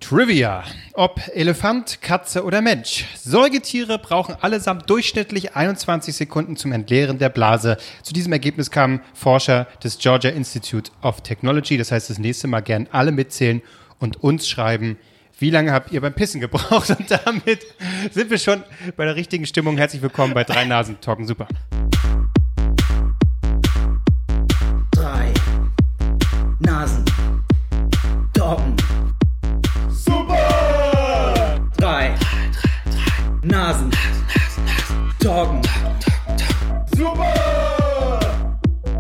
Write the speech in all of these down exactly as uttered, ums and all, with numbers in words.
Trivia. Ob Elefant, Katze oder Mensch. Säugetiere brauchen allesamt durchschnittlich einundzwanzig Sekunden zum Entleeren der Blase. Zu diesem Ergebnis kamen Forscher des Georgia Institute of Technology. Das heißt, das nächste Mal gern alle mitzählen und uns schreiben, wie lange habt ihr beim Pissen gebraucht? Und damit sind wir schon bei der richtigen Stimmung. Herzlich willkommen bei Drei Nasen Talken Super. Drei Nasen Talken Super! Drei Nasen Talken Super!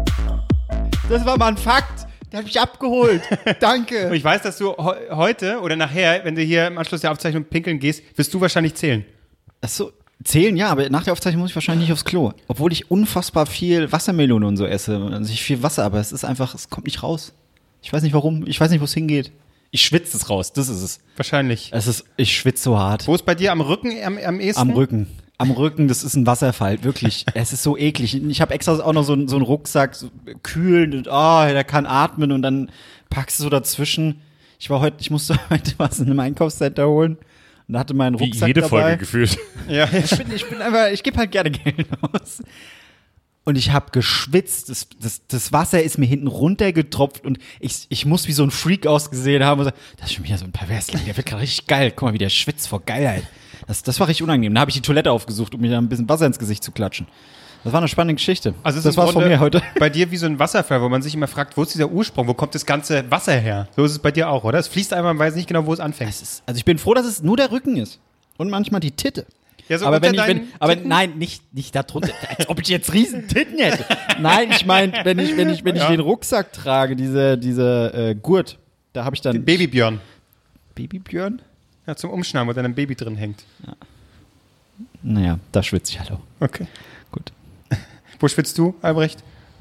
Das war mal ein Fakt. Der hat mich abgeholt. Danke. Und ich weiß, dass du he- heute oder nachher, wenn du hier im Anschluss der Aufzeichnung pinkeln gehst, wirst du wahrscheinlich zählen. Achso, zählen ja, aber nach der Aufzeichnung muss ich wahrscheinlich nicht aufs Klo. Obwohl ich unfassbar viel Wassermelone und so esse. Also ich viel Wasser, aber es ist einfach, es kommt nicht raus. Ich weiß nicht warum, ich weiß nicht, wo es hingeht. Ich schwitze es raus, das ist es. Wahrscheinlich. Es ist, ich schwitze so hart. Wo ist bei dir am Rücken am, am ehesten? Am Rücken. Am Rücken, das ist ein Wasserfall, wirklich. Es ist so eklig. Ich habe extra auch noch so, einen- so einen Rucksack, so kühlen und oh, der kann atmen und dann packst du so dazwischen. Ich war heute, ich musste heute was in einem Einkaufscenter holen und hatte meinen Wie Rucksack jede dabei. Folge gefühlt. Ja. Ich bin, ich bin einfach, ich gebe halt gerne Geld aus. Und ich habe geschwitzt, das, das, das Wasser ist mir hinten runtergetropft und ich, ich muss wie so ein Freak ausgesehen haben und sagen, das ist schon wieder so ein Perversling, der wird gerade richtig geil. Guck mal, wie der schwitzt vor Geilheit. Das, das war richtig unangenehm. Da habe ich die Toilette aufgesucht, um mir da ein bisschen Wasser ins Gesicht zu klatschen. Das war eine spannende Geschichte. Also es das ist im war's von Grunde mir heute. Bei dir wie so ein Wasserfall, wo man sich immer fragt, wo ist dieser Ursprung, wo kommt das ganze Wasser her? So ist es bei dir auch, oder? Es fließt einmal, man weiß nicht genau, wo es anfängt. Es ist, also ich bin froh, dass es nur der Rücken ist. Und manchmal die Titte. Ja, so aber unter wenn ich, wenn, deinen aber Titten? nein, nicht, nicht da drunter, als ob ich jetzt riesen Titten hätte. Nein, ich meine, wenn ich, wenn ich, wenn ich Ja. den Rucksack trage, diese, diese äh, Gurt, da habe ich dann Babybjörn. Babybjörn? Ja, zum Umschnallen, wo dann ein Baby drin hängt. Naja, da schwitze ich halt auch. Okay. Gut. Wo schwitzt du, Albrecht?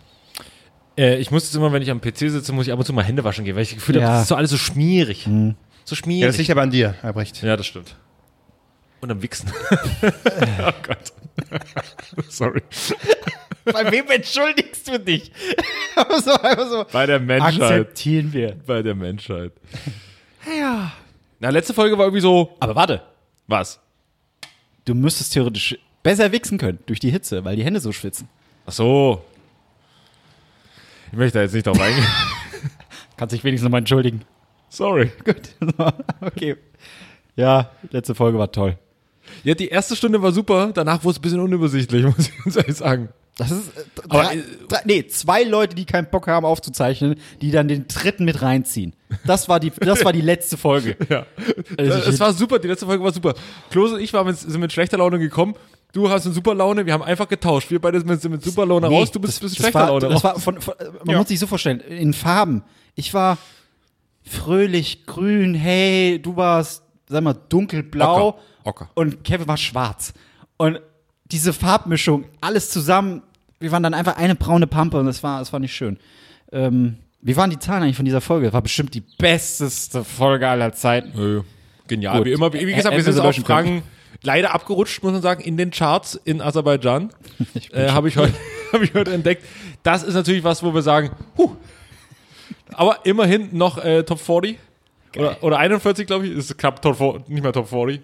Äh, ich muss jetzt immer, wenn ich am P C sitze, muss ich ab und zu mal Hände waschen gehen, weil ich das Gefühl habe, Ja. das ist so alles so schmierig. Mhm. So Ja, schmierig. das liegt aber an dir, Albrecht. Ja, das stimmt. Und am Wichsen. Oh Gott. Sorry. Bei wem entschuldigst du dich? aber so, einfach so. Bei der Menschheit. Akzeptieren wir. Bei der Menschheit. Ja. Na, letzte Folge war irgendwie so. Aber warte, Was? du müsstest theoretisch besser wichsen können durch die Hitze, weil die Hände so schwitzen. Ach so. Ich möchte da jetzt nicht drauf eingehen. Kannst dich wenigstens nochmal entschuldigen. Sorry. Gut. Okay. Ja, letzte Folge war toll. Ja, die erste Stunde war super, danach wurde es ein bisschen unübersichtlich, muss ich ganz ehrlich sagen. Das ist, äh, Aber, drei, äh, drei, nee, zwei Leute, die keinen Bock haben aufzuzeichnen, die dann den dritten mit reinziehen. Das war die, das war die letzte Folge. Ja. Also es war super, die letzte Folge war super. Klose und ich waren mit, sind mit schlechter Laune gekommen. Du hast eine super Laune, wir haben einfach getauscht. Wir beide sind mit super Laune Nee, raus, du bist, das, bist das schlechter war, Laune das raus. war von, von, Man Ja. muss sich so vorstellen, in Farben. Ich war fröhlich, grün, hey, du warst, sag mal, dunkelblau. Ocker, ocker. Und Kevin war schwarz. Und diese Farbmischung, alles zusammen, wir waren dann einfach eine braune Pampe und das war, das war nicht schön. Ähm, wie waren die Zahlen eigentlich von dieser Folge? Das war bestimmt die besteste Folge aller Zeiten. Nö. Genial. Gut. Wie immer, wie gesagt, wir Hätten sind sie auf löschen können. Fragen leider abgerutscht, muss man sagen, in den Charts in Aserbaidschan. Ich bin Äh, Habe ich, heute- hab ich heute entdeckt. Das ist natürlich was, wo wir sagen, huh. Aber immerhin noch äh, Top vierzig. Oder, oder einundvierzig, glaube ich. Ist knapp Top vierzig, nicht mehr Top vierzig.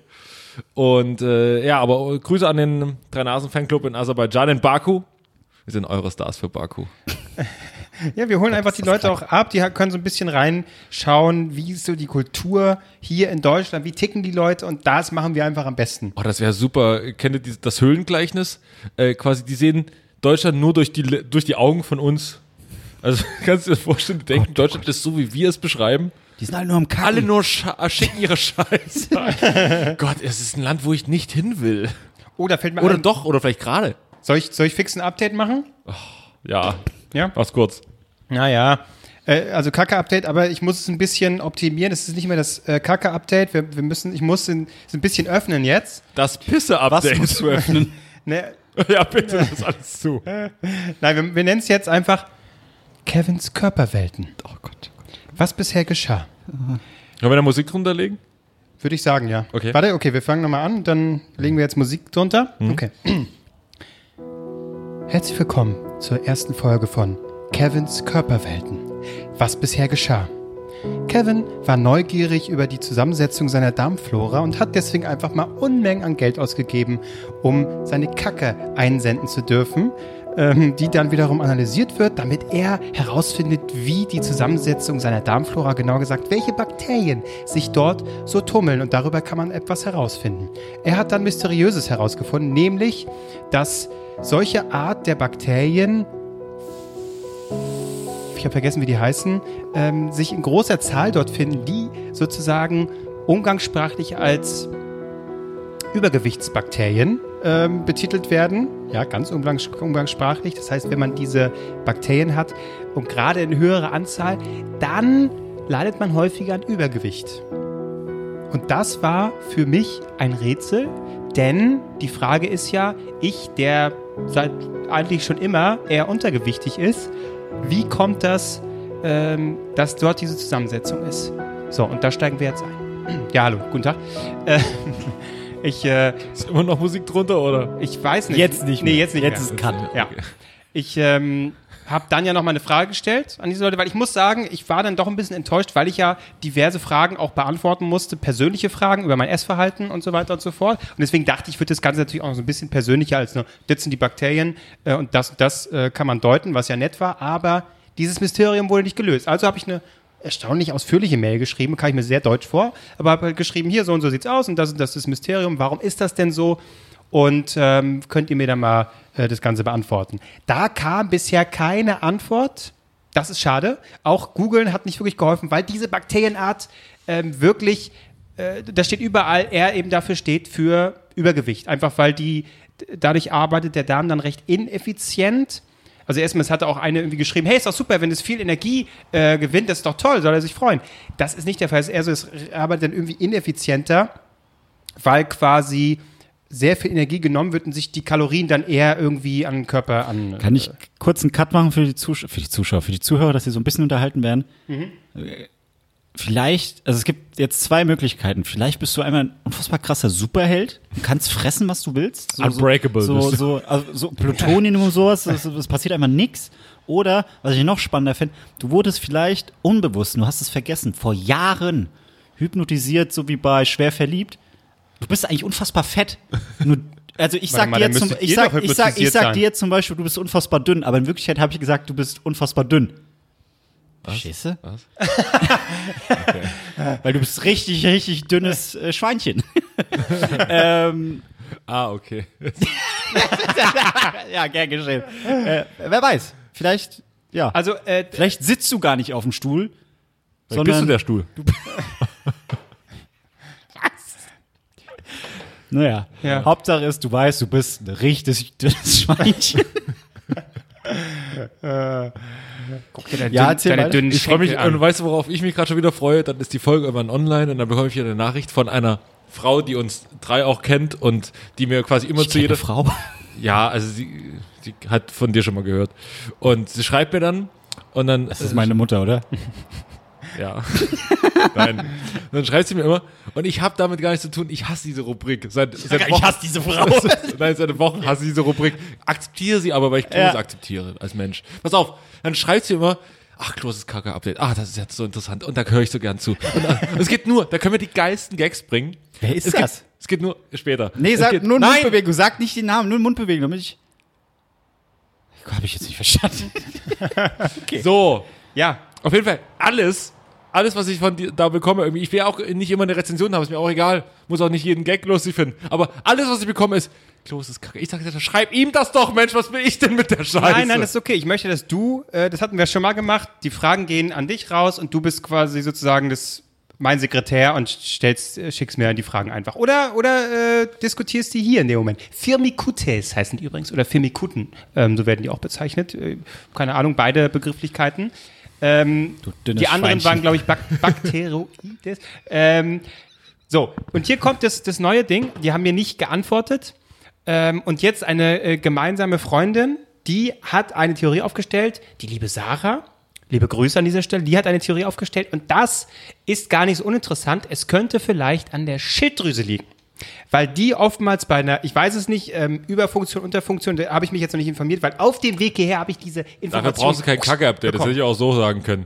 Und äh, ja, aber Grüße an den Drei-Nasen-Fanclub in Aserbaidschan, in Baku. Wir sind eure Stars für Baku. Ja, wir holen einfach die Leute auch ab, die können so ein bisschen reinschauen, wie ist so die Kultur hier in Deutschland, wie ticken die Leute und das machen wir einfach am besten. Oh, das wäre super. Kennt ihr dieses- das Höhlengleichnis? Äh, quasi, die sehen Deutschland nur durch die, durch die Augen von uns. Also kannst du dir das vorstellen, die denken, Deutschland ist so, wie wir es beschreiben. Die sind alle nur am Kacken. Alle nur scha- schicken ihre Scheiße. Gott, es ist ein Land, wo ich nicht hin will. Oh, da fällt mir Oder ein, doch, oder vielleicht gerade. soll ich, soll ich fix ein Update machen? Ja, Ja. mach's kurz. Naja, äh, also Kacke-Update, aber ich muss es ein bisschen optimieren. Es ist nicht mehr das äh, Kacke-Update. Wir, wir müssen, ich muss es ein bisschen öffnen jetzt. Das Pisse-Update. Was musst du öffnen? Ne, Ja, bitte, das ist alles zu. nein, wir, wir nennen es jetzt einfach Kevins Körperwelten. Oh Gott. Was bisher geschah? Können wir da Musik drunter legen? Würde ich sagen, ja. Okay. Warte, okay, wir fangen nochmal an, dann legen wir jetzt Musik drunter. Okay. Herzlich willkommen zur ersten Folge von Kevins Körperwelten. Was bisher geschah. Kevin war neugierig über die Zusammensetzung seiner Darmflora und hat deswegen einfach mal Unmengen an Geld ausgegeben, um seine Kacke einsenden zu dürfen, ähm, die dann wiederum analysiert wird, damit er herausfindet, wie die Zusammensetzung seiner Darmflora, genau gesagt, welche Bakterien sich dort so tummeln, und darüber kann man etwas herausfinden. Er hat dann Mysteriöses herausgefunden, nämlich, dass solche Art der Bakterien, ich habe vergessen, wie die heißen, ähm, sich in großer Zahl dort finden, die sozusagen umgangssprachlich als Übergewichtsbakterien ähm, betitelt werden. Ja, ganz umgangs- umgangssprachlich. Das heißt, wenn man diese Bakterien hat und gerade in höherer Anzahl, dann leidet man häufiger an Übergewicht. Und das war für mich ein Rätsel, denn die Frage ist ja, ich, der seit eigentlich schon immer eher untergewichtig ist, wie kommt das, ähm, dass dort diese Zusammensetzung ist? So, und da steigen wir jetzt ein. Ja, hallo, guten Tag. Äh, ich, äh, Ist immer noch Musik drunter, oder? ich weiß nicht. Jetzt nicht Nee, mehr. jetzt nicht Jetzt mehr. ist Cut. Ja. Ich ähm, habe dann ja noch mal eine Frage gestellt an diese Leute, weil ich muss sagen, ich war dann doch ein bisschen enttäuscht, weil ich ja diverse Fragen auch beantworten musste, persönliche Fragen über mein Essverhalten und so weiter und so fort. Und deswegen dachte ich, ich würde das Ganze natürlich auch noch so ein bisschen persönlicher als nur, das sind die Bakterien äh, und das und das äh, kann man deuten, was ja nett war, aber dieses Mysterium wurde nicht gelöst. Also habe ich eine erstaunlich ausführliche Mail geschrieben, kam ich mir sehr deutsch vor, aber habe halt geschrieben, hier, so und so sieht's aus und das und das ist das Mysterium, warum ist das denn so? Und ähm, könnt ihr mir dann mal äh, das Ganze beantworten. Da kam bisher keine Antwort. Das ist schade. Auch Googlen hat nicht wirklich geholfen, weil diese Bakterienart ähm, wirklich, äh, da steht überall, er eben dafür steht für Übergewicht. Einfach weil die, dadurch arbeitet der Darm dann recht ineffizient. Also erstmal, es hatte auch eine irgendwie geschrieben, hey, ist doch super, wenn es viel Energie äh, gewinnt, das ist doch toll, soll er sich freuen. Das ist nicht der Fall. Es ist eher so, es arbeitet dann irgendwie ineffizienter, weil quasi sehr viel Energie genommen wird und sich die Kalorien dann eher irgendwie an den Körper an. Kann ich kurz einen Cut machen für die Zuschauer, für die Zuschauer, für die Zuhörer, dass sie so ein bisschen unterhalten werden? Mhm. Vielleicht, also es gibt jetzt zwei Möglichkeiten. Vielleicht bist du einmal ein unfassbar krasser Superheld und kannst fressen, was du willst. So, Unbreakable So, bist so, du. so, also so Plutonium und sowas, das, das passiert einfach nix. Oder, was ich noch spannender finde, du wurdest vielleicht unbewusst, du hast es vergessen, vor Jahren hypnotisiert, so wie bei Schwer verliebt. Du bist eigentlich unfassbar fett. Nur, also ich sag mal, dir dann zum, müsstet ich ihr sag, doch ich sag, ich hypnotisiert sag sein. dir zum Beispiel, du bist unfassbar dünn, aber in Wirklichkeit habe ich gesagt, du bist unfassbar dünn. Verstehst du? Was? Weil du bist richtig, richtig dünnes äh, Schweinchen. ähm, Ah, okay. ja, gern geschehen. Äh, wer weiß, vielleicht, ja. Also, äh, Vielleicht sitzt du gar nicht auf dem Stuhl, Vielleicht sondern bist du der Stuhl. Naja, Ja. Hauptsache ist, du weißt, du bist ein richtig dünnes Schweinchen. guck dir deine, Ja, dünn, erzähl deine weiter. dünnen Ich freue mich, Schenkel an. und weißt du, worauf ich mich gerade schon wieder freue? Dann ist die Folge irgendwann online und dann bekomme ich wieder eine Nachricht von einer Frau, die uns drei auch kennt und die mir quasi immer Ich zu kenne jeder eine Frau. Ja, also sie, sie hat von dir schon mal gehört. Und sie schreibt mir dann und dann. Das ist meine Mutter, oder? Ja. Nein. Und dann schreibt sie mir immer, und ich habe damit gar nichts zu tun, ich hasse diese Rubrik. Seit, seit Ich hasse diese Frau. Nein, seit Wochen hasse ich diese Rubrik. Akzeptiere sie aber, weil ich Klose Ja. akzeptiere als Mensch. Pass auf, dann schreibt sie immer, ach, Kloses Kacke-Update. Ah, das ist jetzt so interessant. Und da höre ich so gern zu. Und äh, es geht nur, da können wir die geilsten Gags bringen. Wer ist es das? Geht, es geht nur später. Nee, es sag geht, nur nein, Mundbewegung. Sag nicht den Namen, nur Mundbewegung, damit ich. Habe ich jetzt nicht verstanden. So, Ja, auf jeden Fall, alles, alles, was ich von dir da bekomme, irgendwie, ich will auch nicht immer eine Rezension haben, ist mir auch egal, muss auch nicht jeden Gag lustig finden, aber alles, was ich bekomme, ist, Klos ist kacke. Ich sage, schreib ihm das doch, Mensch, was will ich denn mit der Scheiße? nein, nein, das ist okay. Ich möchte, dass du, äh, das hatten wir schon mal gemacht, die Fragen gehen an dich raus und du bist quasi sozusagen das, mein Sekretär und stellst, äh, schickst mir die Fragen einfach. Oder, oder äh, diskutierst die hier in dem Moment. Firmicutes heißen die übrigens, oder Firmicuten, ähm, so werden die auch bezeichnet. Äh, keine Ahnung, beide Begrifflichkeiten. Ähm, Du dünnes die anderen Schweinchen. waren, glaube ich, Bak Bakteroides. ähm, so, und hier kommt das, das neue Ding. Die haben mir nicht geantwortet. Ähm, und jetzt eine äh, gemeinsame Freundin, die hat eine Theorie aufgestellt, die liebe Sarah, liebe Grüße an dieser Stelle, die hat eine Theorie aufgestellt und das ist gar nicht so uninteressant. Es könnte vielleicht an der Schilddrüse liegen. Weil die oftmals bei einer, ich weiß es nicht, ähm, Überfunktion, Unterfunktion, da habe ich mich jetzt noch nicht informiert, weil auf dem Weg hierher habe ich diese Dafür Information. brauchst du kein Kacke-Update, das hätte ich auch so sagen können.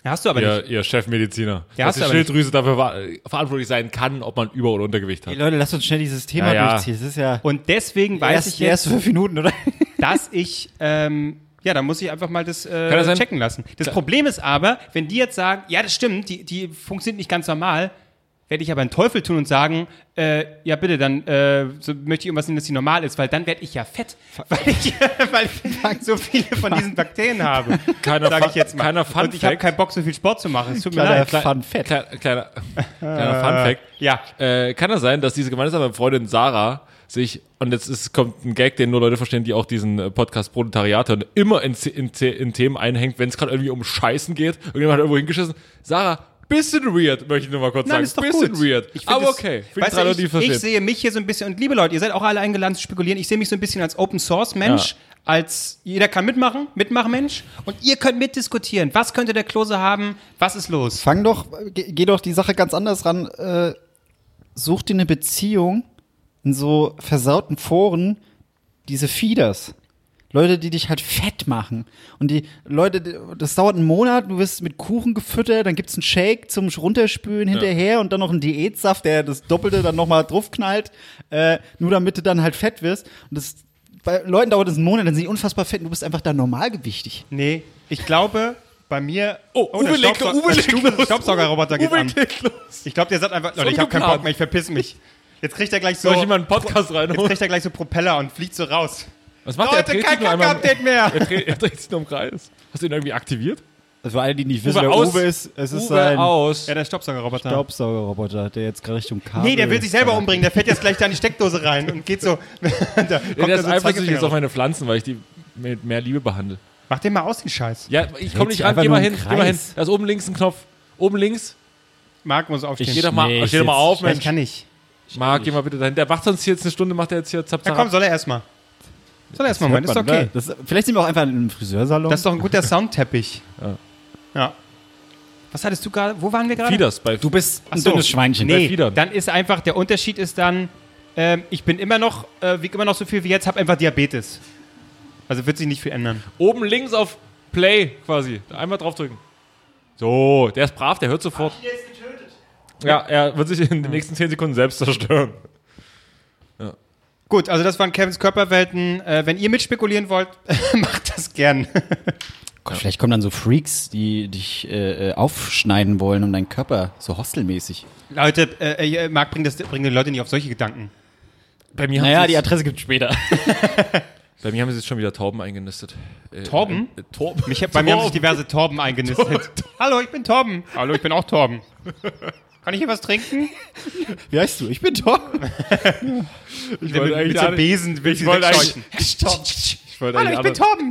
Ja, hast du aber ihr, nicht. ihr Chefmediziner. Ja, dass hast du die aber Schilddrüse dafür wa- verantwortlich sein kann, ob man Über- oder Untergewicht hat. Hey, Leute, lasst uns schnell dieses Thema Ja, ja. durchziehen. Das ist ja Und deswegen weiß erst, ich die jetzt, ersten fünf Minuten, oder? dass ich, ähm, ja, da muss ich einfach mal das, äh, das sein? checken lassen. Das Klar. Problem ist aber, wenn die jetzt sagen, ja, das stimmt, die, die funktioniert nicht ganz normal, werde ich aber einen Teufel tun und sagen, äh, ja bitte, dann äh, so möchte ich irgendwas nehmen, dass die normal ist, weil dann werde ich ja fett, weil ich, weil ich so viele von diesen Bakterien habe. Keiner Sag ich Fun- jetzt mal. keiner Fun Und ich habe Fact. keinen Bock, so viel Sport zu machen. Es tut mir Kleiner leid. Fun Klein- Fact. Kleiner, kleiner, kleiner Fun Fact. Ja. Äh, kann das sein, dass diese gemeinsame Freundin Sarah sich, und jetzt ist, kommt ein Gag, den nur Leute verstehen, die auch diesen äh, Podcast Proletariat hören, immer in, in, in Themen einhängt, wenn es gerade irgendwie um Scheißen geht. Irgendjemand hat irgendwo hingeschissen. Sarah, bisschen weird, möchte ich nur mal kurz Nein, sagen. ist doch bisschen gut. weird. Ich find Aber das- okay. Für die Weißt drei du, Leute, die ich, verstehen. ich sehe mich hier so ein bisschen, und liebe Leute, ihr seid auch alle eingeladen zu spekulieren, ich sehe mich so ein bisschen als Open-Source-Mensch, Ja. als jeder kann mitmachen, Mitmachmensch, und ihr könnt mitdiskutieren. Was könnte der Klose haben? Was ist los? Fang doch, geh, geh doch die Sache ganz anders ran. Äh, such dir eine Beziehung in so versauten Foren, diese Feeders. Leute, die dich halt fett machen. Und die Leute, das dauert einen Monat, du wirst mit Kuchen gefüttert, dann gibt's einen Shake zum Runterspülen hinterher und dann noch einen Diätsaft, der das Doppelte dann nochmal draufknallt, äh, nur damit du dann halt fett wirst. Und das, bei Leuten dauert das einen Monat, dann sind die unfassbar fett und du bist einfach da normalgewichtig. Nee, ich glaube, bei mir. Oh, der Uwe legt Staubsau- los, Uwe der legt Staub- los. Staubsaugerroboter geht Uwe an. legt los. Ich glaube, der sagt einfach, Leute, ich habe keinen ungeplant. Bock mehr, ich verpiss mich. Jetzt kriegt er gleich so. Soll ich mal einen Podcast Jetzt reinholen? kriegt er gleich so Propeller und fliegt so raus. Was macht er? Er Leute, dreht kein sich nur einmal- Kack-Update mehr. Er dreht, er dreht sich nur im Kreis. Hast du ihn irgendwie aktiviert? Also für alle, die nicht wissen, Uwe wer aus. Uwe ist, es ist Uwe sein aus. Ja, der Staubsaugerroboter. Staubsaugerroboter, der jetzt gerade Richtung Kabel... Nee, der will sich selber umbringen. Der fährt jetzt gleich da in die Steckdose rein und geht so. da kommt Der da ist so ein eifersüchtig Zeigefinger jetzt auf raus. meine Pflanzen, weil ich die mit mehr Liebe behandle. Mach den mal aus, den Scheiß. Ja, ich komme nicht sich ran. einfach Geh nur mal im hin. Geh mal hin. Kreis. Da ist oben links ein Knopf. Oben links. Marc muss aufstehen. Geh doch mal, Nee, ich steh doch mal sitz- auf, Ja, ich Mensch. kann nicht. Marc, geh mal bitte dahin. Der macht sonst jetzt eine Stunde, macht er jetzt hier zap, Na zap. komm, soll er erstmal. Soll er erstmal, Moment, ist Hört okay. man, ne? Das, vielleicht sind wir auch einfach in einem Friseursalon. Das ist doch ein guter Soundteppich. Ja. Ja. Was hattest du gerade? Wo waren wir gerade? Fieders bei du bist ein Ach so. dünnes Schweinchen. Nee, Fiedern. dann ist einfach, der Unterschied ist dann, ähm, ich bin immer noch, äh, wiege immer noch so viel wie jetzt, habe einfach Diabetes. Also wird sich nicht viel ändern. Oben links auf Play quasi. Einmal draufdrücken. So, der ist brav, der hört sofort. Ja, er wird sich in den nächsten zehn Sekunden selbst zerstören. Gut, also das waren Kevins Körperwelten. Äh, wenn ihr mitspekulieren wollt, macht das gern. Gott, vielleicht kommen dann so Freaks, die dich äh, äh, aufschneiden wollen um deinen Körper, so hostelmäßig. Leute, äh, äh, Marc, bringt, das, bringt die Leute nicht auf solche Gedanken. Bei mir, Naja, haben die sie Adresse gibt's später. jetzt, bei mir haben sie jetzt schon wieder Tauben eingenistet. Äh, Torben? Äh, äh, Torben? Mich, bei mir haben sich diverse Torben eingenistet. Hallo, ich bin Torben. Hallo, ich bin auch Torben. Kann ich hier was trinken? Wie heißt du? Ich bin Tom. Ich Der wollte mit, eigentlich mit so alle- Besen will ich sie wollte wegscheuchen. eigentlich, ich wollte Hallo, eigentlich ich bin anderen- Torben.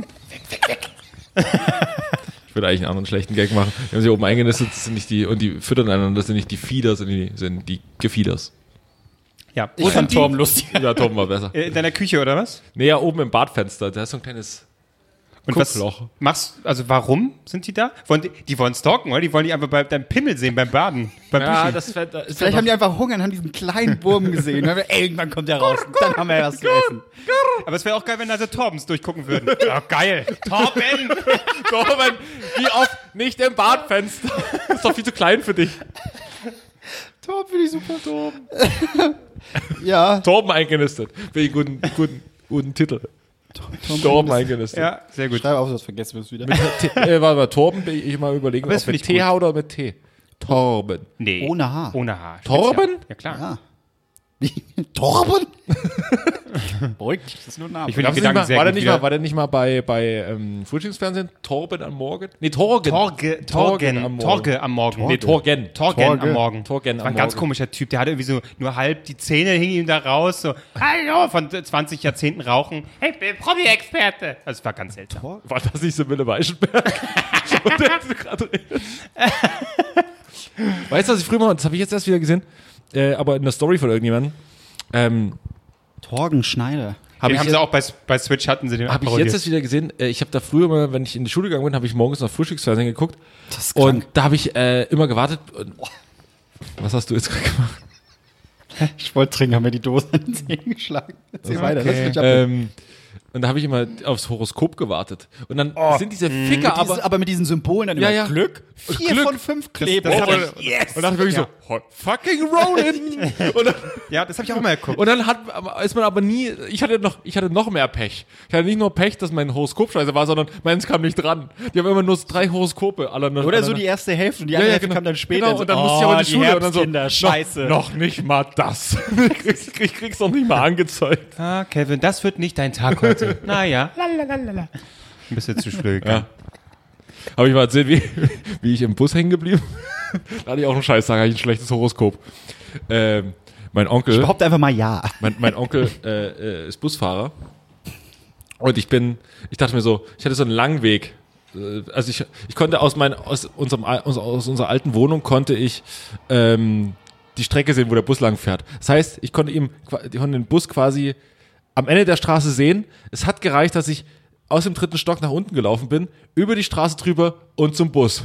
Ich würde eigentlich einen anderen schlechten Gag machen. Die haben sie oben eingenistet, das sind nicht die, und die füttern einander, das sind nicht die Fieder, sondern die sind die Gefieders. Ja, Ich wo fand sind die? Torben lustig. Ja, Torben war besser. Äh, In deiner Küche, oder was? Nee, ja, oben im Badfenster, da ist so ein kleines Und was Guckloch. machst also warum sind die da? Wollen die, die wollen stalken, oder? Die wollen die einfach bei deinem Pimmel sehen, beim Baden, beim Ja, Duschen. das fällt, da ist Vielleicht haben die einfach Hunger und haben diesen kleinen Wurm gesehen. Dann haben wir, ey, irgendwann kommt der raus. Dann haben wir was zu essen. Aber es wäre auch geil, wenn da so Torbens durchgucken würden. Ja, geil. Torben! Torben, wie oft nicht im Badfenster. Das ist doch viel zu klein für dich. Torben finde ich super, Torben. Ja. Torben eingenistet. Für den guten, guten, guten Titel. Torben eingenistet. Ja, sehr gut. Schreib auf, sonst vergessen wir es wieder. T- äh, warte mal, Torben, bin ich mal überlegen, Aber das ob mit finde ich T H oder mit T. Torben. Nee. Ohne H. Ohne H. Torben? Ja, ja klar. Ja. Wie? Torben? Beruhigt dich, das ist nur ein Name. Ich finde die War der nicht Gedanken mal, sehr war der gut. nicht wieder. mal, war der nicht mal bei, bei ähm, Frühstücksfernsehen? Torben am Morgen? Nee, Torgen. Torge, Torgen am Torgen, Morgen. Torge am Morgen. Nee, Torgen. Torgen Torge. am Morgen. Torgen Das war am ein ganz Morgen. komischer Typ. Der hatte irgendwie so nur halb die Zähne hingen ihm da raus. So, hallo, von zwanzig Jahrzehnten Rauchen. Hey, ich bin Promi-Experte. Also es war ganz seltsam. War das nicht Sibylle Weichenberg? Von der du gerade redest. Weißt du, was ich früher mal, das habe ich jetzt erst wieder gesehen, äh, aber in der Story von irgendjemandem, ähm, Torgen Schneider. habe Den ich, haben jetzt, sie auch bei, bei Switch hatten sie den hab ich parodiert. jetzt erst wieder gesehen, äh, ich habe da früher mal, wenn ich in die Schule gegangen bin, habe ich morgens noch Frühstücksfernsehen geguckt Das ist und da habe ich äh, immer gewartet. Und, was hast du jetzt gerade gemacht? Ich wollte trinken, haben mir die Dose an den Zähnen geschlagen. Erzähl Okay. weiter, lass mich ab. Ähm, Und da habe ich immer aufs Horoskop gewartet. Und dann sind diese Ficker Mit aber... dieses, aber mit diesen Symbolen dann Ja, immer ja. Glück. Vier Glück. von fünf kleben. das hab Oh, ich- yes. Und dann wirklich Ja. so, "Hot fucking rolling. und, dann, Ja, das habe ich auch mal geguckt. und dann hat, ist man aber nie, ich hatte noch, ich hatte noch mehr Pech. Ich hatte nicht nur Pech, dass mein Horoskop scheiße war, sondern meins kam nicht dran. Die haben immer nur so drei Horoskope. Alle, Oder so die erste Hälfte und die andere Hälfte kam dann später. Genau, und dann musste ich aber in die oh, Schule und dann so, Herbstkinder, scheiße. Noch, noch nicht mal das. ich, krieg's, ich krieg's noch nicht mal angezeigt. Ah, Kevin, das wird nicht dein Tag heute. Naja. Lalalala. Ein bisschen zu früh gegangen. Ja. Habe ich mal erzählt, wie, wie ich im Bus hängen geblieben? Da hatte ich auch einen Scheißtag, hatte ich ein schlechtes Horoskop. Ähm, mein Onkel, Ich behaupte einfach mal ja. mein, mein Onkel äh, äh, ist Busfahrer. Und ich bin, ich dachte mir so, ich hatte so einen langen Weg. Äh, Also ich, ich konnte aus, mein, aus, unserem, aus, aus unserer alten Wohnung konnte ich ähm, die Strecke sehen, wo der Bus lang fährt. Das heißt, ich konnte ihm, ich konnte den Bus quasi am Ende der Straße sehen. Es hat gereicht, dass ich aus dem dritten Stock nach unten gelaufen bin, über die Straße drüber und zum Bus.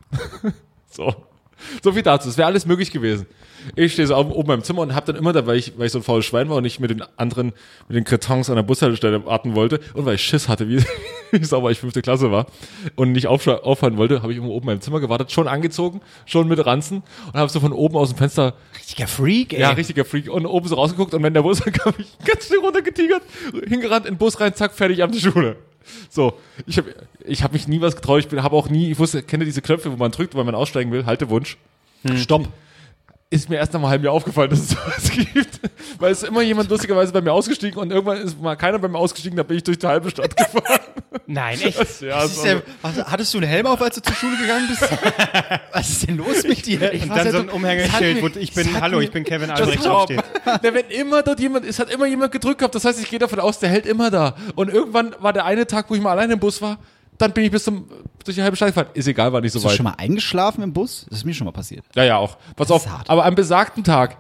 so. So viel dazu. Es wäre alles möglich gewesen. Ich stehe so oben, oben im Zimmer und habe dann immer da, weil ich, weil ich so ein faules Schwein war und nicht mit den anderen, mit den Kretons an der Bushaltestelle warten wollte und weil ich Schiss hatte, wie, wie sauber ich fünfte Klasse war und nicht aufsch- aufhören wollte, habe ich immer oben im Zimmer gewartet, schon angezogen, schon mit Ranzen und habe so von oben aus dem Fenster, Richtiger Freak, ey. ja, richtiger Freak, und oben so rausgeguckt und wenn der Bus kam, ich ganz schnell runtergetigert, hingerannt, in den Bus rein, zack, fertig, ab die Schule. So, ich habe ich hab mich nie was getraut, ich habe auch nie, ich wusste, kenne diese Knöpfe, wo man drückt, weil man aussteigen will, Haltewunsch. Stopp. Ist mir erst nach einem halben Jahr aufgefallen, dass es sowas gibt. Weil es ist immer jemand lustigerweise bei mir ausgestiegen und irgendwann ist mal keiner bei mir ausgestiegen, da bin ich durch die halbe Stadt gefahren. Nein, echt? ja, Was ist denn, was, hattest du einen Helm auf, als du zur Schule gegangen bist? Was ist denn los mit dir? Und dann so ein Umhängeschild, wo ich bin, hallo, ich bin Kevin Albrecht draufsteht. Da, wenn immer dort jemand, es hat immer jemand gedrückt gehabt, das heißt, ich gehe davon aus, der hält immer da. Und irgendwann war der eine Tag, wo ich mal alleine im Bus war, dann bin ich bis zum, durch die halbe Stadt gefahren. Ist egal, war nicht so Bist du weit. schon mal eingeschlafen im Bus? Das ist mir schon mal passiert. Ja, ja, auch. Pass Das auf, ist hart. aber am besagten Tag,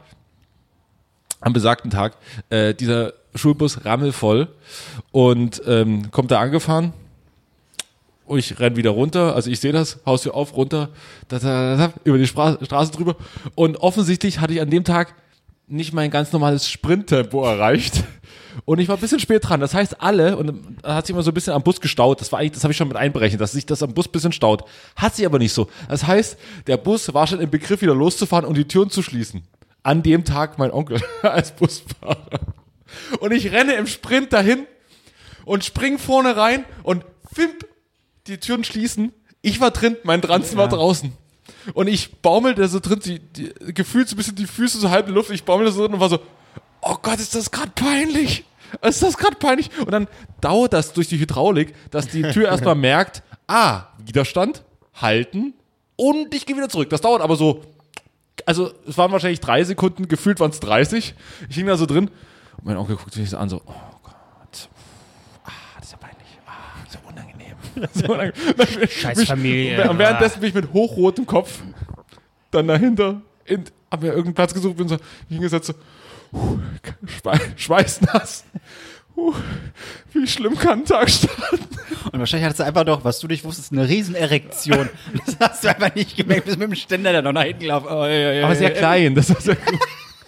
am besagten Tag, äh, dieser Schulbus rammelvoll und ähm, kommt da angefahren. Und ich renn wieder runter, also ich sehe das, Haustür auf, runter, da, da, da, da, über die Spra- Straße drüber. Und offensichtlich hatte ich an dem Tag nicht mein ganz normales Sprinttempo erreicht. Und ich war ein bisschen spät dran. Das heißt, alle, und da hat sich immer so ein bisschen am Bus gestaut. Das war eigentlich, das habe ich schon mit einberechnet, dass sich das am Bus ein bisschen staut. Hat sich aber nicht so. Das heißt, der Bus war schon im Begriff, wieder loszufahren und die Türen zu schließen. An dem Tag mein Onkel als Busfahrer. Und ich renne im Sprint dahin und spring vorne rein und fimp, die Türen schließen. Ich war drin, mein Transen war draußen. Und ich baumelte so drin, die, die, gefühlt so ein bisschen die Füße so halb in der Luft. Ich baumelte so drin und war so, oh Gott, ist das gerade peinlich. Ist das gerade peinlich? Und dann dauert das durch die Hydraulik, dass die Tür erstmal merkt, ah, Widerstand, halten und ich gehe wieder zurück. Das dauert aber so, also es waren wahrscheinlich drei Sekunden, gefühlt waren es dreißig. Ich hing da so drin und mein Onkel guckt mich so an, so, oh Gott, ah, das ist ja peinlich, ah, so unangenehm. So unangenehm. Scheiß Familie. Mich, und währenddessen bin ich mit hochrotem Kopf dann dahinter, in, hab mir irgendeinen Platz gesucht, bin so hingesetzt, so, Puh, Schwe- schweißnass. Puh, wie schlimm kann ein Tag starten? Und wahrscheinlich hattest du einfach doch, was du nicht wusstest, eine Riesenerektion. Das hast du einfach nicht gemerkt, bis mit dem Ständer dann noch nach hinten gelaufen. Oh, ja, ja, Aber sehr ja. klein, das war sehr gut.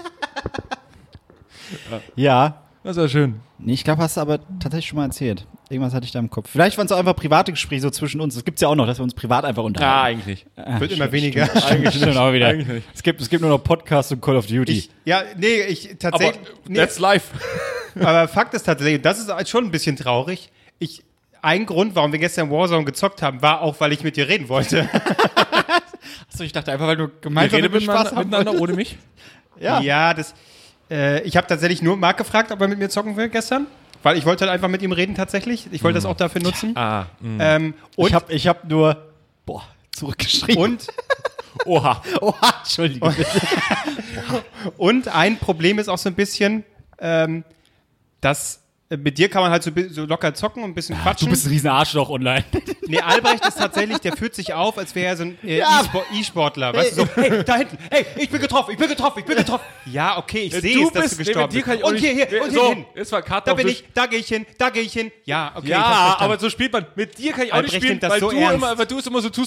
Ja. Das war schön. Nee, ich glaube, hast du aber tatsächlich schon mal erzählt. Irgendwas hatte ich da im Kopf. Vielleicht waren es auch einfach private Gespräche so zwischen uns. Das gibt's ja auch noch, dass wir uns privat einfach unterhalten. eigentlich nicht. Ah, Wird immer stimmt, weniger. Stimmt, stimmt, stimmt auch wieder. Eigentlich nicht. Es gibt, es gibt nur noch Podcasts und Call of Duty. Ich, ja, nee, ich Aber tatsächlich. nee, that's life. aber Fakt ist tatsächlich, und das ist schon ein bisschen traurig. Ich, ein Grund, warum wir gestern Warzone gezockt haben, war auch, weil ich mit dir reden wollte. Achso, ich dachte einfach, weil du Wir gemeinsam reden mit mir Spaß miteinander, haben miteinander wolltest. ohne mich. Ja. Ja, das. Äh, ich habe tatsächlich nur Marc gefragt, ob er mit mir zocken will gestern. Weil ich wollte halt einfach mit ihm reden tatsächlich. Ich wollte das auch dafür nutzen. Ah, Ähm, und, Ich habe ich hab nur, boah, zurückgeschrieben. und, oha. Oha, Entschuldigung. und ein Problem ist auch so ein bisschen, ähm, dass äh, mit dir kann man halt so, bi- so locker zocken und ein bisschen quatschen. Du bist ein riesen Arschloch online. Nee, Albrecht ist tatsächlich, der führt sich auf, als wäre er so ein äh, Ja. E-Sport- E-Sportler. Weißt du, so, hey, da hinten, hey, ich bin getroffen, ich bin getroffen, ich bin getroffen. Ja, okay, ich sehe es, dass du gestorben nee, mit dir kann bist. ich auch Und nicht- hier, hier, und so, hier hin. jetzt war Karte Da auf bin Tisch. ich, da gehe ich hin, da gehe ich hin. Ja, okay, ich hab's Ja, verstanden. aber so spielt man. Mit dir kann ich auch Albrecht nicht spielen, nimmt das weil, so du ernst. immer, weil du es immer so tust, so,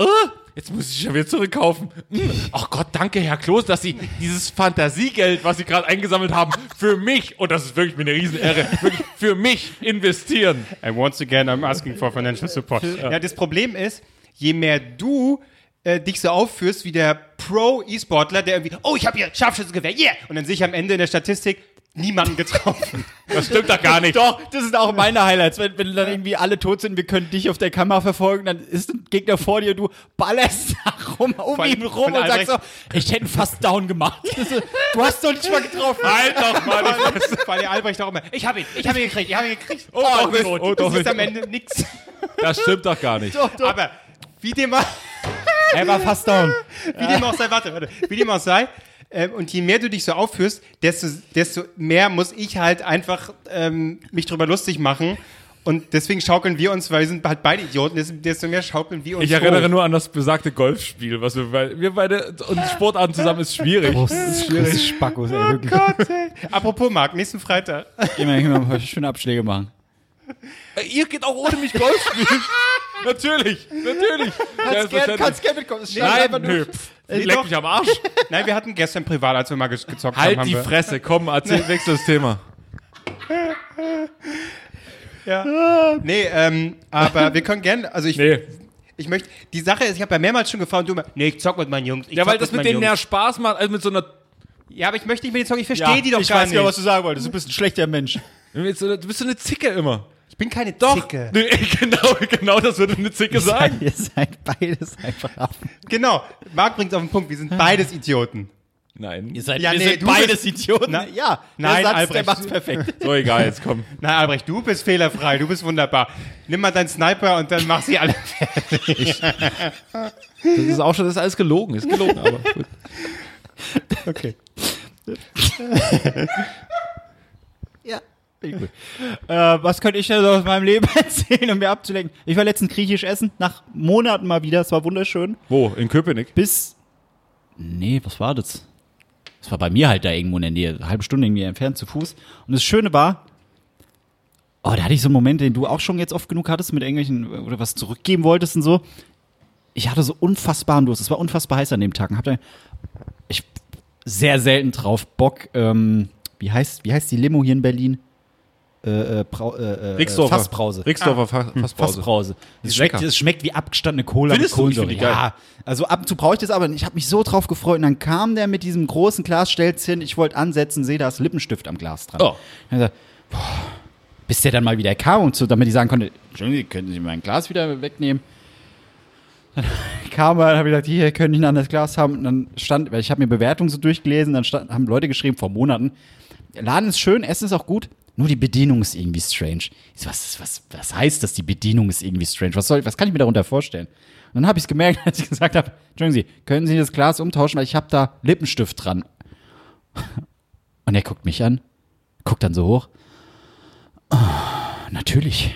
oh, jetzt muss ich ja wieder zurückkaufen. Ach Gott, danke, Herr Kloß, dass Sie dieses Fantasiegeld, was Sie gerade eingesammelt haben, für mich, und das ist wirklich mir eine Riesenehre, wirklich für mich investieren. And once again, I'm asking for financial support. Ja, ja das Problem ist, je mehr du äh, dich so aufführst wie der Pro-E-Sportler, der irgendwie, oh, ich habe hier Scharfschützengewehr, yeah! Und dann sehe ich am Ende in der Statistik, niemanden getroffen. Das stimmt doch gar nicht. Doch, das sind auch meine Highlights. Wenn, wenn dann irgendwie alle tot sind, wir können dich auf der Kamera verfolgen, dann ist ein Gegner vor dir, du ballerst da rum, um Von- ihn rum von und sagst so, Albrecht- ich hätte ihn fast down gemacht. Du hast doch nicht mal getroffen. Halt doch mal die Fresse. Vor allem Albrecht auch immer, ich habe ihn, ich habe ihn gekriegt, ich habe ihn gekriegt. Oh, doch nicht. tot. Oh, doch das ist nicht. am Ende nix. Das stimmt doch gar nicht. Aber wie dem auch, Er war fast down. wie dem auch sei, warte, warte, wie dem auch sei, ähm, und je mehr du dich so aufführst, desto, desto mehr muss ich halt einfach ähm, mich drüber lustig machen. Und deswegen schaukeln wir uns, weil wir sind halt beide Idioten, desto, desto mehr schaukeln wir uns Ich erinnere hoch. nur an das besagte Golfspiel, was wir, bei, wir beide, und Sportarten zusammen ist schwierig. Das ist schwierig. Spackos, ey, wirklich. Gott, ey. Apropos Marc, nächsten Freitag. Immer, immer schöne Abschläge machen. Äh, Ihr geht auch ohne mich Golf spielen. Natürlich, natürlich. Selbstverständlich. gerne mitkommen. Es Nein, nö. Pff, Nee, leck doch. mich am Arsch. Nein, wir hatten gestern privat, als wir mal ge- gezockt haben. Halt haben die wir, Fresse, komm, erzähl, wechsel das Thema. Ja. Nee, ähm, aber wir können gerne, also ich, Nee. ich möchte, die Sache ist, ich habe ja mehrmals schon gefragt, und du immer, nee, ich zock mit meinen Jungs. Ich Ja, weil zock das mit meinen denen ja Jungs. Spaß macht, als mit so einer, Ja, aber ich möchte nicht mit denen zocken, ich verstehe die doch ich gar weiß nicht. ja, was du sagen wolltest. Du bist ein schlechter Mensch. mit so einer, du bist so eine Zicke immer. Ich bin keine Doch. Zicke. Nee, genau, genau das würde eine Zicke sagen. Ihr seid beides einfach Affen. Genau, Marc bringt auf den Punkt, wir sind beides Idioten. Nein. Ihr seid, Ja, wir nee, sind du beides bist- Idioten. Na- ja, Nein, der Satz, Albrecht. der macht's perfekt. So, egal, jetzt komm. Na, Albrecht, du bist fehlerfrei, du bist wunderbar. Nimm mal deinen Sniper und dann mach sie alle fertig. Das ist auch schon, das ist alles gelogen, ist gelogen, aber gut. Okay. Ja. Äh, was könnte ich denn so aus meinem Leben erzählen, um mir abzulenken? Ich war letztens griechisch essen, nach Monaten mal wieder, es war wunderschön. Wo? In Köpenick? Bis, nee, was war das? Das war bei mir halt da irgendwo in der Nähe, eine halbe Stunde irgendwie entfernt zu Fuß. Und das Schöne war, oh, da hatte ich so einen Moment, den du auch schon jetzt oft genug hattest, mit irgendwelchen, oder was zurückgeben wolltest und so. Ich hatte so unfassbaren Durst, es war unfassbar heiß an dem Tag und hab da, ich, sehr selten drauf Bock, ähm, wie heißt, wie heißt die Limo hier in Berlin? Äh, äh, Brau, äh, äh, Rixdorfer. Fassbrause. Rixdorfer Fa- Fassbrause. Fassbrause. Es ist schmeckt, lecker. es schmeckt wie abgestandene Cola Findest mit du? Ich Kohlensäure. find die geil. Ja, also ab und zu brauche ich das aber. Ich habe mich so drauf gefreut. Und dann kam der mit diesem großen Glas, stellt's hin. Ich wollte ansetzen, sehe, da ist Lippenstift am Glas dran. Oh. Dann hab ich gesagt, boah, bis der dann mal wieder kam und so, damit ich sagen konnte, Entschuldigung, können Sie mein Glas wieder wegnehmen? Dann kam er, dann habe ich gesagt, hier, können ich ein anderes Glas haben? Und dann stand, weil ich habe mir Bewertungen so durchgelesen, dann stand, haben Leute geschrieben vor Monaten, der Laden ist schön, Essen ist auch gut, nur die Bedienung ist irgendwie strange. Ich so, was, was, was heißt das, die Bedienung ist irgendwie strange? Was, soll, was kann ich mir darunter vorstellen? Und dann habe ich es gemerkt, als ich gesagt habe, Entschuldigen Sie, können Sie das Glas umtauschen, weil ich habe da Lippenstift dran. Und er guckt mich an, guckt dann so hoch. Oh, natürlich.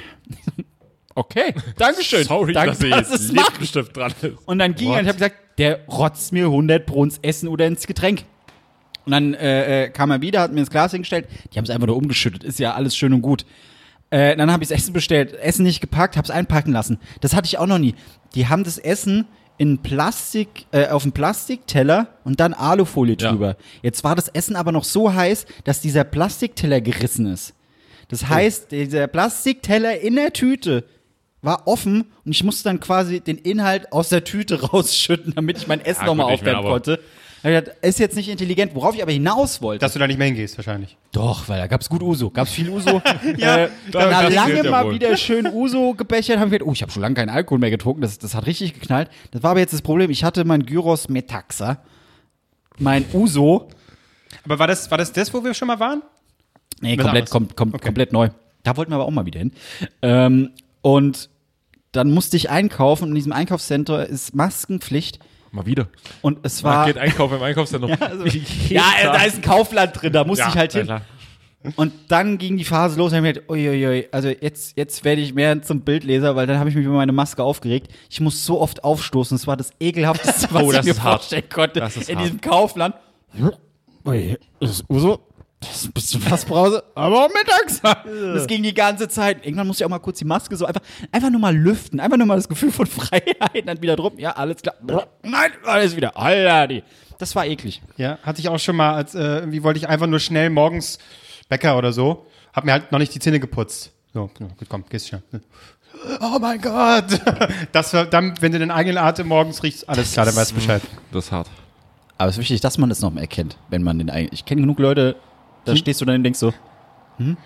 Okay, Dankeschön. Sorry, Danke, dass hier dass jetzt es macht. Lippenstift dran ist. Und dann ging What? er und ich habe gesagt, der rotzt mir hundert Pro ins Essen oder ins Getränk. Und dann äh, äh, kam er wieder, hat mir das Glas hingestellt. Die haben es einfach nur umgeschüttet. Ist ja alles schön und gut. Äh, dann habe ich das Essen bestellt. Essen nicht gepackt, habe es einpacken lassen. Das hatte ich auch noch nie. Die haben das Essen in Plastik, äh, auf einem Plastikteller und dann Alufolie Ja. drüber. Jetzt war das Essen aber noch so heiß, dass dieser Plastikteller gerissen ist. Das heißt, dieser Plastikteller in der Tüte war offen und ich musste dann quasi den Inhalt aus der Tüte rausschütten, damit ich mein Essen Ja, nochmal gut, ich mein, aufwärmen aber- konnte. Da hab ich gedacht, ist jetzt nicht intelligent, worauf ich aber hinaus wollte. Dass du da nicht mehr hingehst, wahrscheinlich. Doch, weil da gab's gut Uso. Gab's viel Uso. Ja, äh, dann das lange zählt ja mal wohl. wieder schön Uso gebechert. Haben wir gedacht, oh, ich habe schon lange keinen Alkohol mehr getrunken. Das, das hat richtig geknallt. Das war aber jetzt das Problem. Ich hatte mein Gyros Metaxa, mein Uso. Aber war das, war das das, wo wir schon mal waren? Nee, Was komplett, anderes. kom kom Okay. komplett neu. Da wollten wir aber auch mal wieder hin. Ähm, und dann musste ich einkaufen. Und in diesem Einkaufscenter ist Maskenpflicht. Mal wieder. Und es Man war. geht einkaufen im Einkaufszentrum. Ja, also, Ja, da ist ein Kaufland drin, da musste Ja, ich halt na hin. klar. Und dann ging die Phase los und ich hab mir gedacht, uiuiui, also jetzt, jetzt werde ich mehr zum Bildleser, weil dann habe ich mich über meine Maske aufgeregt. Ich muss so oft aufstoßen, das war das ekelhafteste, was Oh, das ich mir ist hart. vorstellen konnte. Das ist in hart. diesem Kaufland. Ui, ist das Uso? das ist ein bisschen Fassbrause, aber auch mittags. Das ging die ganze Zeit. Irgendwann musste ich auch mal kurz die Maske so einfach, einfach nur mal lüften, einfach nur mal das Gefühl von Freiheit, dann wieder drum, ja, alles klar. Nein, alles wieder. Alter, die. Das war eklig. Ja, hatte ich auch schon mal, als äh, irgendwie wollte ich einfach nur schnell morgens Bäcker oder so, hab mir halt noch nicht die Zähne geputzt. So, gut, komm, gehst schon. Oh mein Gott. Das war dann, wenn du den eigenen Atem morgens riechst, alles klar, dann weißt du Bescheid. Das ist hart. Aber es ist wichtig, dass man das noch mal erkennt, wenn man den eigenen. Ich kenne genug Leute, da hm? stehst du dann und denkst so, hm?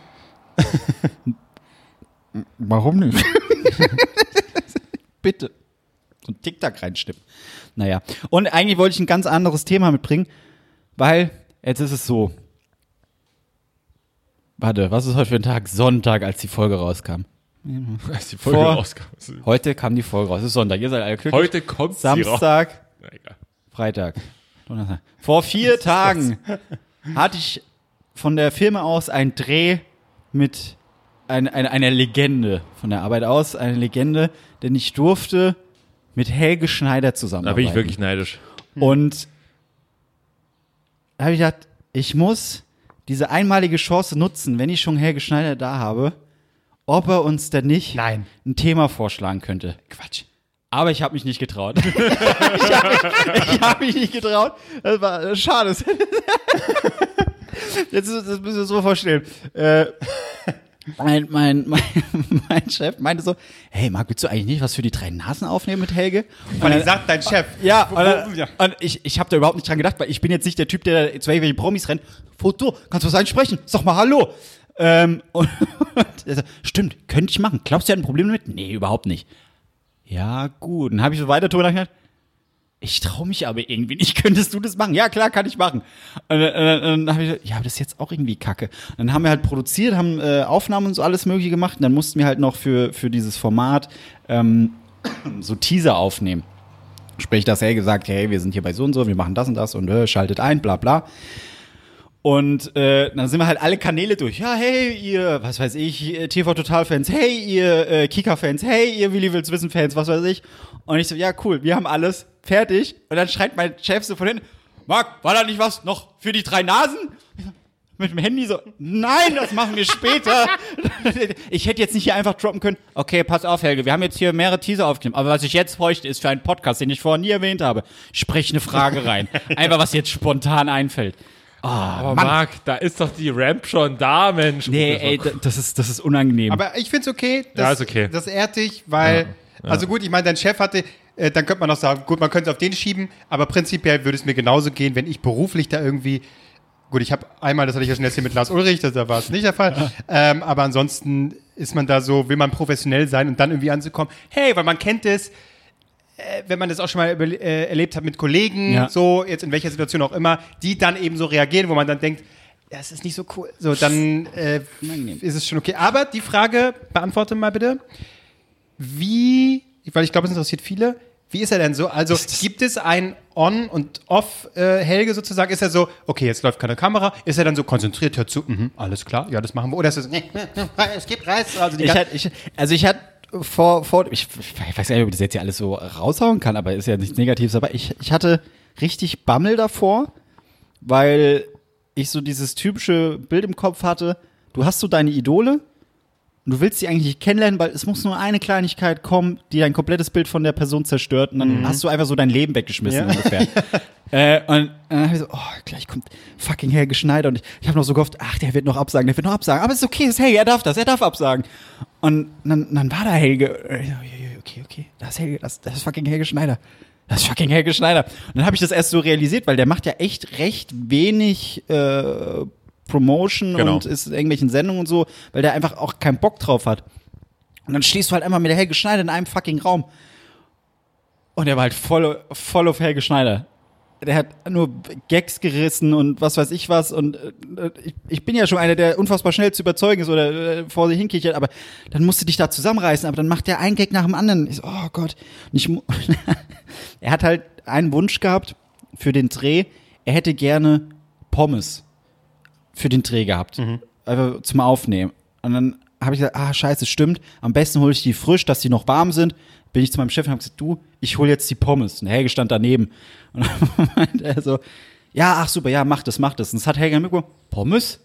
Warum nicht? Bitte. So ein TikTok reinstimmen. Naja. Und eigentlich wollte ich ein ganz anderes Thema mitbringen, weil jetzt ist es so. Warte, was ist heute für ein Tag? Sonntag, als die Folge rauskam. Als die Folge Vor, rauskam. Heute kam die Folge raus. Es ist Sonntag. Ihr seid alle glücklich. Heute kommt sie Samstag, raus. Na, egal. Freitag. Vor vier Tagen hatte ich von der Firma aus einen Dreh mit ein, ein, einer Legende. Von der Arbeit aus eine Legende, denn ich durfte mit Helge Schneider zusammenarbeiten. Da bin ich wirklich neidisch. Und da habe ich gedacht, ich muss diese einmalige Chance nutzen, wenn ich schon Helge Schneider da habe, ob er uns denn nicht Nein. ein Thema vorschlagen könnte. Quatsch. Aber ich habe mich nicht getraut. ich habe mich, ich hab mich nicht getraut. Das war äh, schade. Jetzt ist, das müssen wir uns so vorstellen. Äh, mein, mein, mein, mein Chef meinte so, hey Marc, willst du eigentlich nicht was für die drei Nasen aufnehmen mit Helge? Weil ich sagt dein Chef. Ja, und, dann, und ich, ich habe da überhaupt nicht dran gedacht, weil ich bin jetzt nicht der Typ, der zu irgendwelchen Promis rennt. Foto, kannst du was einsprechen? Sag mal Hallo. Ähm, und er so, stimmt, könnte ich machen. Glaubst du, er hat ein Problem damit? Nee, überhaupt nicht. Ja, gut. Dann habe ich so weiter drüber nachgedacht. Ich traue mich aber irgendwie nicht. Könntest du das machen? Ja, klar, kann ich machen. Und dann, dann habe ich gesagt, ja, aber das ist jetzt auch irgendwie kacke. Und dann haben wir halt produziert, haben äh, Aufnahmen und so alles Mögliche gemacht. Und dann mussten wir halt noch für, für dieses Format ähm, so Teaser aufnehmen. Sprich, dass er gesagt, hey, wir sind hier bei so und so, wir machen das und das und äh, schaltet ein, bla bla. Und äh, dann sind wir halt alle Kanäle durch. Ja, hey, ihr, was weiß ich, T V-Total-Fans, hey, ihr äh, Kika-Fans, hey, ihr Willi Will's Wissen-Fans, was weiß ich. Und ich so, ja, cool, wir haben alles fertig. Und dann schreit mein Chef so von hinten, Marc, war da nicht was noch für die drei Nasen? Mit dem Handy so, nein, das machen wir später. Ich hätte jetzt nicht hier einfach droppen können, okay, pass auf, Helge, wir haben jetzt hier mehrere Teaser aufgenommen, aber was ich jetzt bräuchte, ist für einen Podcast, den ich vorher nie erwähnt habe, sprich eine Frage rein. Einfach, was jetzt spontan einfällt. Oh, Aber Mann. Marc, da ist doch die Ramp schon da, Mensch. Nee, ey, d- das ist, das ist unangenehm. Aber ich find's okay. Das, Ja, ist okay. Das ehrt dich, weil, also gut, ich meine, dein Chef hatte, äh, dann könnte man noch sagen, gut, man könnte es auf den schieben, aber prinzipiell würde es mir genauso gehen, wenn ich beruflich da irgendwie, gut, ich habe einmal, das hatte ich ja schon erzählt mit Lars Ulrich, das, da war es nicht der Fall, ähm, aber ansonsten ist man da so, will man professionell sein und dann irgendwie anzukommen, hey, weil man kennt es, wenn man das auch schon mal über, äh, erlebt hat mit Kollegen, Ja. so, jetzt in welcher Situation auch immer, die dann eben so reagieren, wo man dann denkt, ja, es ist nicht so cool. So, dann äh, ist es schon okay. Aber die Frage, beantworte mal bitte, wie, weil ich glaube, es interessiert viele, wie ist er denn so? Also, gibt es ein On- und Off-Helge sozusagen? Ist er so, okay, jetzt läuft keine Kamera, ist er dann so konzentriert, hört zu, mhm, alles klar, ja, das machen wir. Oder ist er so, nee, es gibt Reis. Also, die ich hatte, ich, also ich hatte vor, vor ich, ich weiß gar nicht, ob ich das jetzt hier alles so raushauen kann, aber ist ja nichts Negatives, aber ich, ich hatte richtig Bammel davor, weil ich so dieses typische Bild im Kopf hatte, du hast so deine Idole und du willst sie eigentlich nicht kennenlernen, weil es muss nur eine Kleinigkeit kommen, die dein komplettes Bild von der Person zerstört und dann mhm. hast du einfach so dein Leben weggeschmissen Ja. ungefähr. äh, und dann habe ich so, oh, gleich kommt fucking Helge Schneider und ich, ich habe noch so gehofft, ach, der wird noch absagen, der wird noch absagen, aber es ist okay, es ist Helge, er darf das, er darf absagen. Und dann, dann war da Helge, okay, okay, das ist Helge, das, das ist fucking Helge Schneider. Das ist fucking Helge Schneider. Und dann habe ich das erst so realisiert, weil der macht ja echt recht wenig äh, Promotion Genau. und ist in irgendwelchen Sendungen und so, weil der einfach auch keinen Bock drauf hat. Und dann stehst du halt einfach mit der Helge Schneider in einem fucking Raum. Und der war halt voll, voll auf Helge Schneider. Der hat nur Gags gerissen und was weiß ich was. Und äh, ich, ich bin ja schon einer, der unfassbar schnell zu überzeugen ist oder äh, vor sich hinkichert, aber dann musst du dich da zusammenreißen. Aber dann macht der einen Gag nach dem anderen. Ich so, oh Gott. Und ich, mu- er hat halt einen Wunsch gehabt für den Dreh. Er hätte gerne Pommes für den Dreh gehabt. Mhm. Einfach zum Aufnehmen. Und dann habe ich gesagt, ah, scheiße, stimmt. Am besten hole ich die frisch, dass die noch warm sind. Bin ich zu meinem Chef und habe gesagt, du, ich hole jetzt die Pommes. Und Helge stand daneben. Und dann meinte er so, ja, ach super, ja, mach das, mach das. Und das hat Helge mitbekommen, Pommes?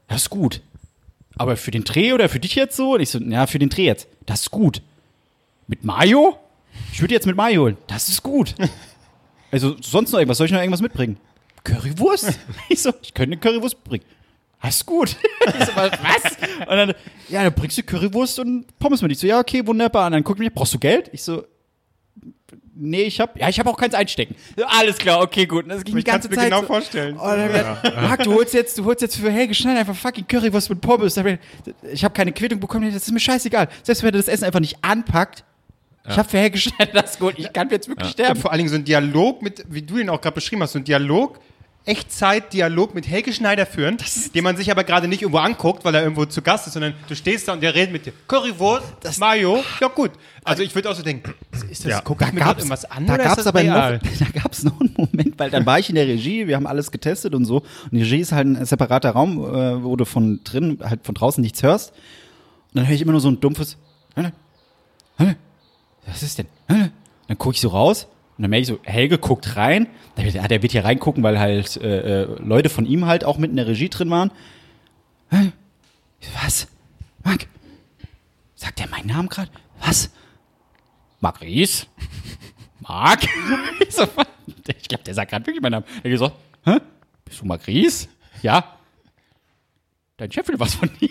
das ist gut. Aber für den Dreh oder für dich jetzt so? Und ich so, ja, für den Dreh jetzt. Das ist gut. Mit Mayo? Ich würde jetzt mit Mayo holen. Das ist gut. Also sonst noch irgendwas. Soll ich noch irgendwas mitbringen? Currywurst? Ich so, ich könnte eine Currywurst bringen. Das ist gut. Ich so, was? Und dann, ja, dann bringst du Currywurst und Pommes mit. Ich so, ja, okay, wunderbar. Und dann guckt mich, brauchst du Geld? Ich so, nee, ich hab, ja, ich hab auch keins einstecken. So, alles klar, okay, gut. Und das ging Ich die kann es ganze mir Zeit genau so. vorstellen. Oh, dann ja. Marc, du holst jetzt, du holst jetzt für Helge Schneider einfach fucking Currywurst mit Pommes. Ich habe keine Quittung bekommen, das ist mir scheißegal. Selbst wenn er das Essen einfach nicht anpackt, ja. Ich habe für Helge Schneider das geholt. Ich kann jetzt wirklich Und sterben. vor allen Dingen so ein Dialog mit, wie du ihn auch gerade beschrieben hast, so ein Dialog, Echtzeit-Dialog mit Helge Schneider führen, den man sich aber gerade nicht irgendwo anguckt, weil er irgendwo zu Gast ist, sondern du stehst da und der redet mit dir. Currywurst, das Mayo, ja gut. Also ich würde auch so denken, ist das, Ja. guck Da ich mir gab's- gerade irgendwas an Da oder gab ist es das aber noch, real? da gab's noch einen Moment, weil dann war ich in der Regie, wir haben alles getestet und so. Und die Regie ist halt ein separater Raum, äh, wo du von drin, halt von draußen nichts hörst. Und dann höre ich immer nur so ein dumpfes, Hölle, Hölle, was ist denn? Hölle. Dann gucke ich so raus und dann merke ich so, Helge guckt rein. Ja, der wird hier reingucken, weil halt äh, äh, Leute von ihm halt auch mit in der Regie drin waren. Hölle. Ich so, was? Marc? Sagt der meinen Namen gerade? Was? Marc Ries? Marc? Ich, so, ich glaube, der sagt gerade wirklich meinen Namen. Er geht so, hä? Bist du Marc Ries? Ja. Dein Chef will was von dir.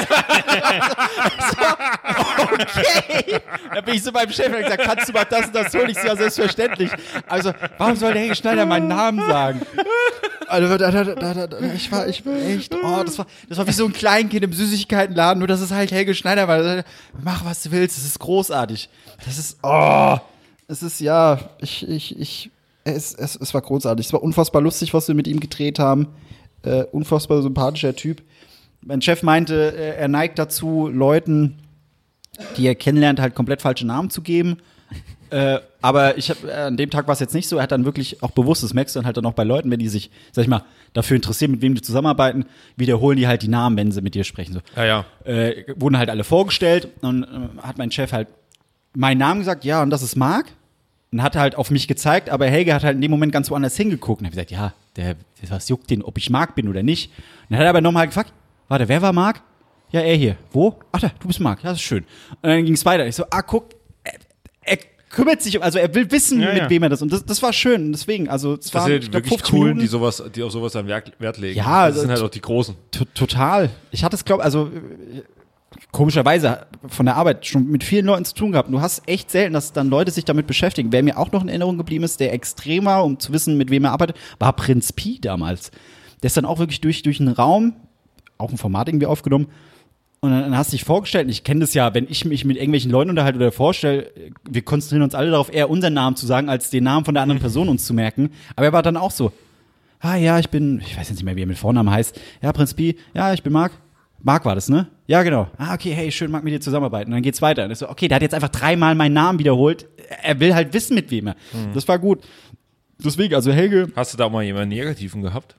so, okay. Dann bin ich so beim Chef und hab gesagt, kannst du mal das und das holen? Ich so, ja, selbstverständlich. Also, warum soll der Helge Schneider meinen Namen sagen? Also, da, da, da, da, da, ich war, ich war echt, oh, das war, das war wie so ein Kleinkind im Süßigkeitenladen, nur dass es halt Helge Schneider war. Mach, was du willst, das ist großartig. Das ist, oh, es ist, ja, ich, ich, ich, es, es, es war großartig. Es war unfassbar lustig, was wir mit ihm gedreht haben. Äh, unfassbar sympathischer Typ. Mein Chef meinte, äh, er neigt dazu, Leuten, die er kennenlernt, halt komplett falsche Namen zu geben. Äh, aber ich hab, äh, an dem Tag war es jetzt nicht so. Er hat dann wirklich auch bewusst, das merkst du dann halt dann auch bei Leuten, wenn die sich, sag ich mal, dafür interessieren, mit wem die zusammenarbeiten, wiederholen die halt die Namen, wenn sie mit dir sprechen. So. Ja, ja. Äh, wurden halt alle vorgestellt und äh, hat mein Chef halt meinen Namen gesagt, ja, und das ist Marc. Und hat halt auf mich gezeigt, aber Helge hat halt in dem Moment ganz woanders hingeguckt. Und hat gesagt, ja, der, was juckt den, ob ich Marc bin oder nicht. Und dann hat er aber nochmal gefragt, warte, wer war Marc? Ja, er hier. Wo? Ach da, du bist Marc. Ja, das ist schön. Und dann ging es weiter. Ich so, ah, guck, er, er kümmert sich, um, also er will wissen, Ja, mit ja. wem er das. Und das, das war schön. Und deswegen, also es Das waren, sind ich halt glaub, wirklich fünfzehn coolen, Minuten. die sowas, die auf sowas dann Wert, Wert legen. Ja, das sind also- halt auch die Großen. T- Total. Ich hatte es, glaube also äh, komischerweise von der Arbeit schon mit vielen Leuten zu tun gehabt. Du hast echt selten, dass dann Leute sich damit beschäftigen. Wer mir auch noch in Erinnerung geblieben ist, der extrem war, um zu wissen, mit wem er arbeitet, war Prinz Pi damals. Der ist dann auch wirklich durch, durch einen Raum, auch ein Format irgendwie aufgenommen, und dann, dann hast du dich vorgestellt, und ich kenne das ja, wenn ich mich mit irgendwelchen Leuten unterhalte oder vorstelle, wir konzentrieren uns alle darauf, eher unseren Namen zu sagen, als den Namen von der anderen Person uns zu merken. Aber er war dann auch so, ah ja, ich bin, ich weiß jetzt nicht mehr, wie er mit Vornamen heißt. Ja, Prinz Pi, ja, ich bin Marc. Marc war das, ne? Ja, genau. Ah, okay, hey, schön, Marc, mit dir zusammenarbeiten. Und dann geht's weiter. Und ich so, okay, der hat jetzt einfach dreimal meinen Namen wiederholt. Er will halt wissen, mit wem er. Mhm. Das war gut. Deswegen, also Helge. Hast du da auch mal jemanden Negativen gehabt?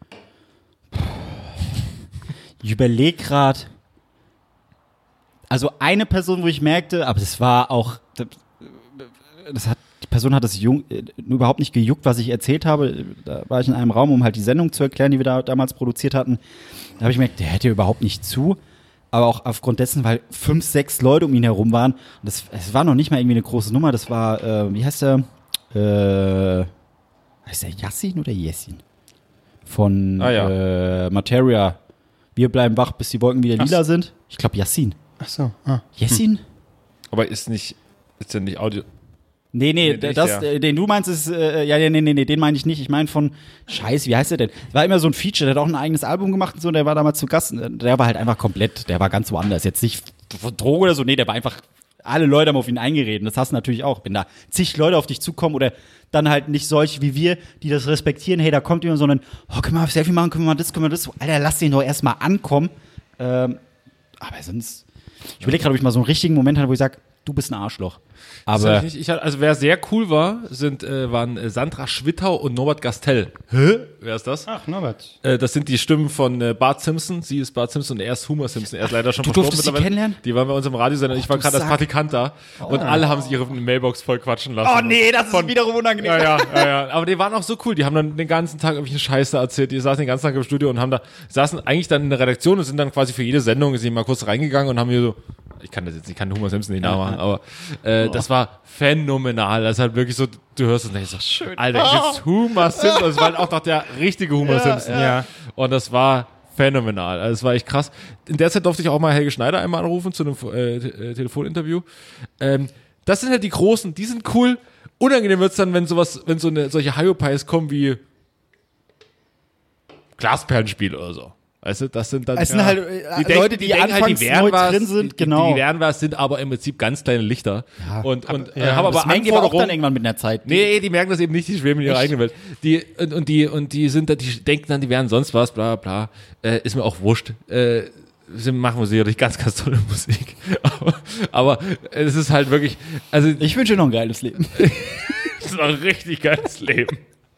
Ich überlege gerade. Also eine Person, wo ich merkte, aber das war auch, das hat, die Person hat das jung, überhaupt nicht gejuckt, was ich erzählt habe. Da war ich in einem Raum, um halt die Sendung zu erklären, die wir da damals produziert hatten. Da habe ich gemerkt, der hätte überhaupt nicht zu. Aber auch aufgrund dessen, weil fünf, sechs Leute um ihn herum waren. Und das, es war noch nicht mal irgendwie eine große Nummer. Das war, äh, wie heißt der? Äh, heißt der Yassin oder Yessin? Von Ah, ja. äh, Materia. Wir bleiben wach, bis die Wolken wieder Ach lila so. sind. Ich glaube Yassin. Ach so. Ah. Yassin? Aber ist nicht, ist denn nicht Audio. Nee, nee, Nee, nicht das, der. äh, den du meinst, ist, äh, ja, nee, nee, nee, den meine ich nicht. Ich meine von, Scheiße, wie heißt der denn? War immer so ein Feature, der hat auch ein eigenes Album gemacht und so, der war damals zu Gast. Der war halt einfach komplett, der war ganz woanders. Jetzt nicht von Droge oder so, nee, der war einfach, alle Leute haben auf ihn eingeredet. Das hast du natürlich auch. Wenn da zig Leute auf dich zukommen oder dann halt nicht solche wie wir, die das respektieren, hey, da kommt jemand, sondern, oh, können wir mal Selfie machen, können wir mal das, können wir das. Alter, lass den doch erstmal ankommen. Ähm, aber sonst, ich überlege gerade, ob ich mal so einen richtigen Moment hatte, wo ich sage, du bist ein Arschloch. Das Aber hab ich nicht. Ich hatte, also wer sehr cool war, sind, äh, waren äh, Sandra Schwittau und Norbert Gastel. Hä? Wer ist das? Ach, Norbert. Äh, das sind die Stimmen von äh, Bart Simpson. Sie ist Bart Simpson und er ist Homer Simpson. Er ist leider schon du verstorben durftest sie mittlerweile. kennenlernen? Die waren bei uns im Radiosender. Ich war du gerade als Sack. Praktikant da. Und alle haben sich ihre Mailbox voll quatschen lassen. oh nee, das Von- ist wiederum unangenehm. Ja, ja, ja, ja. Aber die waren auch so cool. Die haben dann den ganzen Tag irgendwelche Scheiße erzählt. Die saßen den ganzen Tag im Studio und haben da, saßen eigentlich dann in der Redaktion und sind dann quasi für jede Sendung, sind mal kurz reingegangen und haben hier so, ich kann das jetzt, ich kann Homer Simpson nicht nachmachen, aber äh, das war phänomenal. Das ist halt wirklich so, du hörst es und denkst so, schön. Alter, das ist Homer Simpson. Das war halt auch noch der richtige Homer Simpson. ja. Und das war phänomenal. Also es war echt krass. In der Zeit durfte ich auch mal Helge Schneider einmal anrufen zu einem äh, Te- äh, Telefoninterview. Ähm, das sind halt die Großen, die sind cool. Unangenehm wird's dann, wenn sowas, wenn so eine solche Hyopies kommen wie Glasperlenspiel oder so. Weißt du, das sind dann Es sind halt äh, die denken, Leute, die, die denken halt, anfangs die wären neu was, drin sind, die, genau. die wären was, sind aber im Prinzip ganz kleine Lichter. Ja. und und äh, ja, haben das aber merken die aber auch dann Anforderungen. irgendwann mit einer Zeit. Nee, die merken das eben nicht, die schweben in ihrer eigenen Welt. Die, und, und die, und die sind da, die denken dann, die wären sonst was, bla, bla, äh, ist mir auch wurscht. Äh, sie machen wir sicherlich ganz, ganz tolle Musik. aber, aber es ist halt wirklich, also, Ich wünsche dir noch ein geiles Leben. es war ein richtig geiles Leben.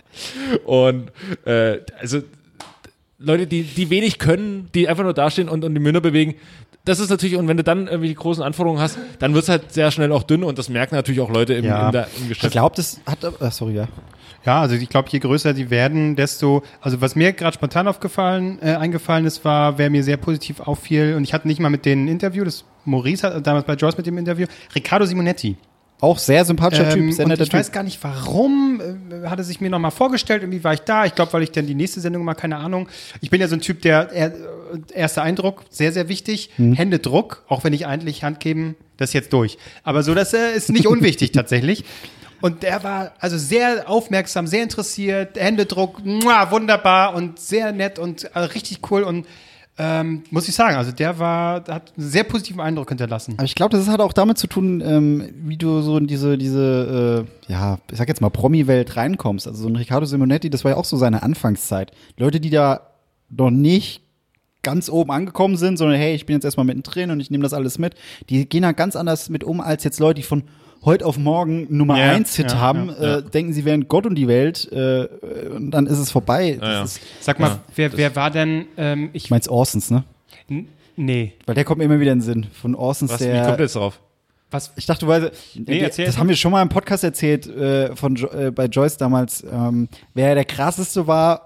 Und, äh, also, Leute, die, die wenig können, die einfach nur dastehen und, und die Münder bewegen, das ist natürlich, und wenn du dann irgendwie die großen Anforderungen hast, dann wird es halt sehr schnell auch dünn und das merken natürlich auch Leute im, Ja. in der, im Ich Geschäft. glaube, das hat. Ach, sorry, ja. Ja, also ich glaube, je größer die werden, desto, also was mir gerade spontan aufgefallen, äh, eingefallen ist, war, wer mir sehr positiv auffiel, und ich hatte nicht mal mit denen ein Interview, das Maurice hat damals bei Joyce mit dem Interview, Riccardo Simonetti. Auch sehr sympathischer Ähm, Typ, sehr und netter ich Typ. weiß gar nicht warum, äh, hat er sich mir nochmal vorgestellt, irgendwie war ich da, ich glaube, weil ich dann die nächste Sendung mal, keine Ahnung. Ich bin ja so ein Typ, der, er, erster Eindruck, sehr, sehr wichtig, Mhm. Händedruck, auch wenn ich eigentlich Hand geben, das ist jetzt durch. Aber so, das äh, ist nicht unwichtig tatsächlich. Und der war also sehr aufmerksam, sehr interessiert, Händedruck, muah, wunderbar und sehr nett und äh, richtig cool und ähm, muss ich sagen, also der war, hat einen sehr positiven Eindruck hinterlassen. Aber ich glaube, das hat auch damit zu tun, ähm, wie du so in diese, diese äh, ja, ich sag jetzt mal, Promi-Welt reinkommst. Also so ein Riccardo Simonetti, das war ja auch so seine Anfangszeit. Leute, die da noch nicht ganz oben angekommen sind, sondern hey, ich bin jetzt erstmal mittendrin und ich nehme das alles mit, die gehen da ganz anders mit um, als jetzt Leute, die von heute auf morgen Nummer Ja, eins Hit ja, haben, ja, ja. Äh, denken, sie wären Gott und die Welt äh, und dann ist es vorbei. Das ja. ist, Sag mal, Ja, wer, wer war denn, ähm, ich, ich mein's Orsons, ne? n- nee, Weil der kommt mir immer wieder in den Sinn. Von Orsons, Was, der. wie kommt der jetzt drauf? was, Ich dachte, du weißt, Nee, die- erzähl das erst haben wir schon mal im Podcast erzählt äh, von jo äh, bei Joyce damals, ähm, wer der krasseste war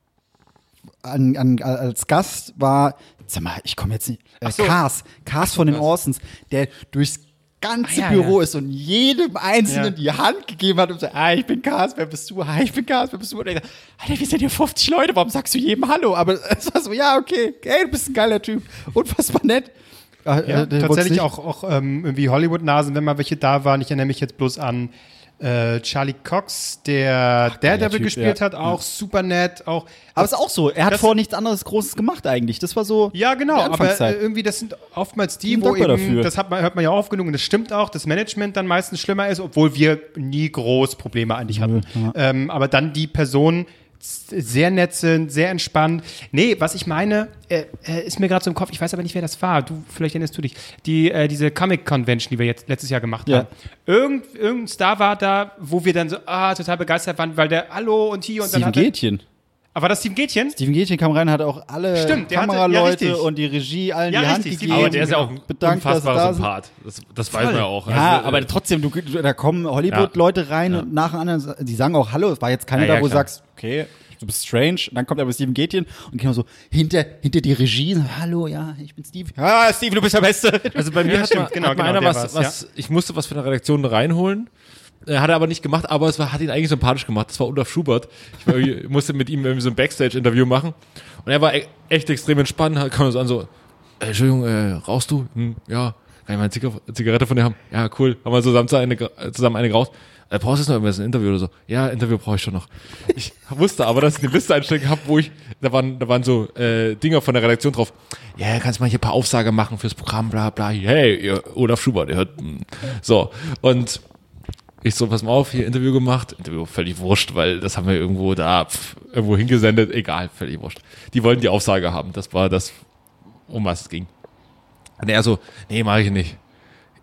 an, an, als Gast war, sag mal, ich komme jetzt nicht, äh, Ach so. Cars, Cars von den Orsons, der durchs ganze Ah, ja, Büro ja. ist und jedem Einzelnen Ja. die Hand gegeben hat und so, ah, ich bin Cars, wer bist du? Ah, ich bin Cars, wer bist du? Und ich dachte, Alter, wir sind hier fünfzig Leute, warum sagst du jedem Hallo? Aber es war so, ja, okay, hey, du bist ein geiler Typ, unfassbar nett. ja, Äh, äh, der wollt's tatsächlich nicht. auch, auch ähm, irgendwie Hollywood-Nasen, wenn mal welche da waren. Ich erinnere mich jetzt bloß an äh, Charlie Cox, der Daredevil Typ, gespielt ja. hat, auch super nett. Auch, Aber es ist auch so, er hat Das- vorher nichts anderes Großes gemacht eigentlich. Das war so. Ja, genau, die aber Anfangszeit. äh, irgendwie, das sind oftmals die, Bin wo dankbar eben, dafür. das hat man, hört man ja auch oft genug und das stimmt auch, das Management dann meistens schlimmer ist, obwohl wir nie groß Probleme eigentlich hatten. ja. Ähm, aber dann die Personen sehr nett sind, sehr entspannt. Nee, was ich meine, äh, äh, ist mir gerade so im Kopf, ich weiß aber nicht, wer das war. Du, vielleicht erinnerst du dich. Die, äh, diese Comic-Convention, die wir jetzt letztes Jahr gemacht Ja. haben. Irgend, irgendein Star war da, wo wir dann so, ah, total begeistert waren, weil der, hallo und hier und Steven dann hat er, Gätchen. aber war das Steven Gätchen? Steven Gätchen kam rein, hat auch alle Stimmt, der hatte- ja, Kameraleute richtig. und die Regie allen Ja, die Hand richtig, gegeben. Steven Aber der ist ja auch ein bedankt, dass sie da unfassbarer sind. Sympath. Das, das weiß man ja auch. Ja, Also, aber äh, trotzdem, du, da kommen Hollywood-Leute rein und nach und an, die sagen auch Hallo. Es war jetzt keiner Ja, ja, da, wo du klar. sagst, okay, du bist strange. Und dann kommt aber Steven Gätchen und genau so hinter, hinter die Regie. So, Hallo, ja, ich bin Steve. Ja, Steve, du bist der Beste. Also bei mir Ja, hat, stimmt, mal, genau, hat mal genau, einer der was, war's, was ich musste was von der Redaktion reinholen. Äh, hat er aber nicht gemacht, aber es war, hat ihn eigentlich sympathisch gemacht. Das war Olaf Schubert. Ich war, irgendwie- musste mit ihm irgendwie so ein Backstage-Interview machen. Und er war e echt extrem entspannt. Hat- Kam so an so, äh, Entschuldigung, äh, rauchst du? Hm, ja. Kann ich mal eine Ziga Zigarette von dir haben? Ja, cool. Haben wir zusammen eine, ger- zusammen eine geraucht. Äh, brauchst du jetzt noch irgendwas, ein Interview oder so? Ja, Interview brauche ich schon noch. Ich wusste aber, dass ich eine Liste einstellen habe, wo ich, da waren, da waren so äh, Dinger von der Redaktion drauf. Ja, kannst mal hier ein paar Aufsage machen fürs Programm, bla bla. Hey, ihr Olaf Schubert, ihr hört. hm. So. Und ich so, pass mal auf, hier Interview gemacht. Interview völlig wurscht, weil das haben wir irgendwo da, pf, irgendwo hingesendet. Egal, völlig wurscht. Die wollten die Aufsage haben. Das war das, um was es ging. Und er so, nee, mach ich nicht.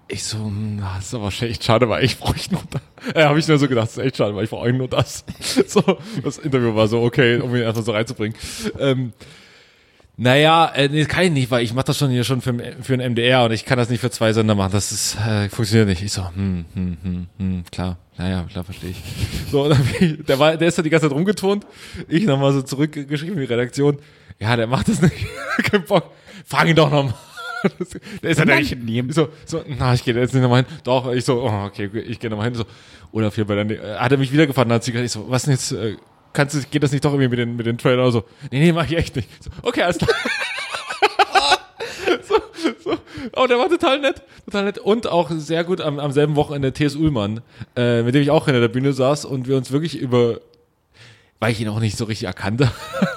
Ich so, hm, das ist aber echt schade, weil ich brauche nur das. Äh, habe ich nur so gedacht, das ist echt schade, weil ich brauche nur das. So, das Interview war so okay, um ihn erstmal so reinzubringen. Ähm, naja, äh, nee, das kann ich nicht, weil ich mache das schon hier schon für, für ein M D R und ich kann das nicht für zwei Sender machen. Das ist, äh, funktioniert nicht. Ich so, hm, hm, hm, hm, klar. Naja, klar, verstehe ich. So, und dann, der, war, der ist da die ganze Zeit rumgeturnt. Ich nochmal so zurückgeschrieben in die Redaktion. Ja, der macht das nicht. Kein Bock. Frag ihn doch nochmal. Der ist ja nicht so, so, na, ich gehe jetzt nicht nochmal hin. Doch, ich so, oh, okay, ich gehe nochmal hin. So, oder auf jeden Fall, dann äh, hat er mich wieder gefahren. Dann hat sie gesagt, ich so, was denn jetzt, äh, kannst du, geht das nicht doch irgendwie mit den, mit den Trailern oder so? Nee, nee, mach ich echt nicht. So, okay, alles klar. so, so. Oh, der war total nett, total nett. Und auch sehr gut am, am selben Wochenende T S Ullmann, äh, mit dem ich auch hinter der Bühne saß und wir uns wirklich über, weil ich ihn auch nicht so richtig erkannte,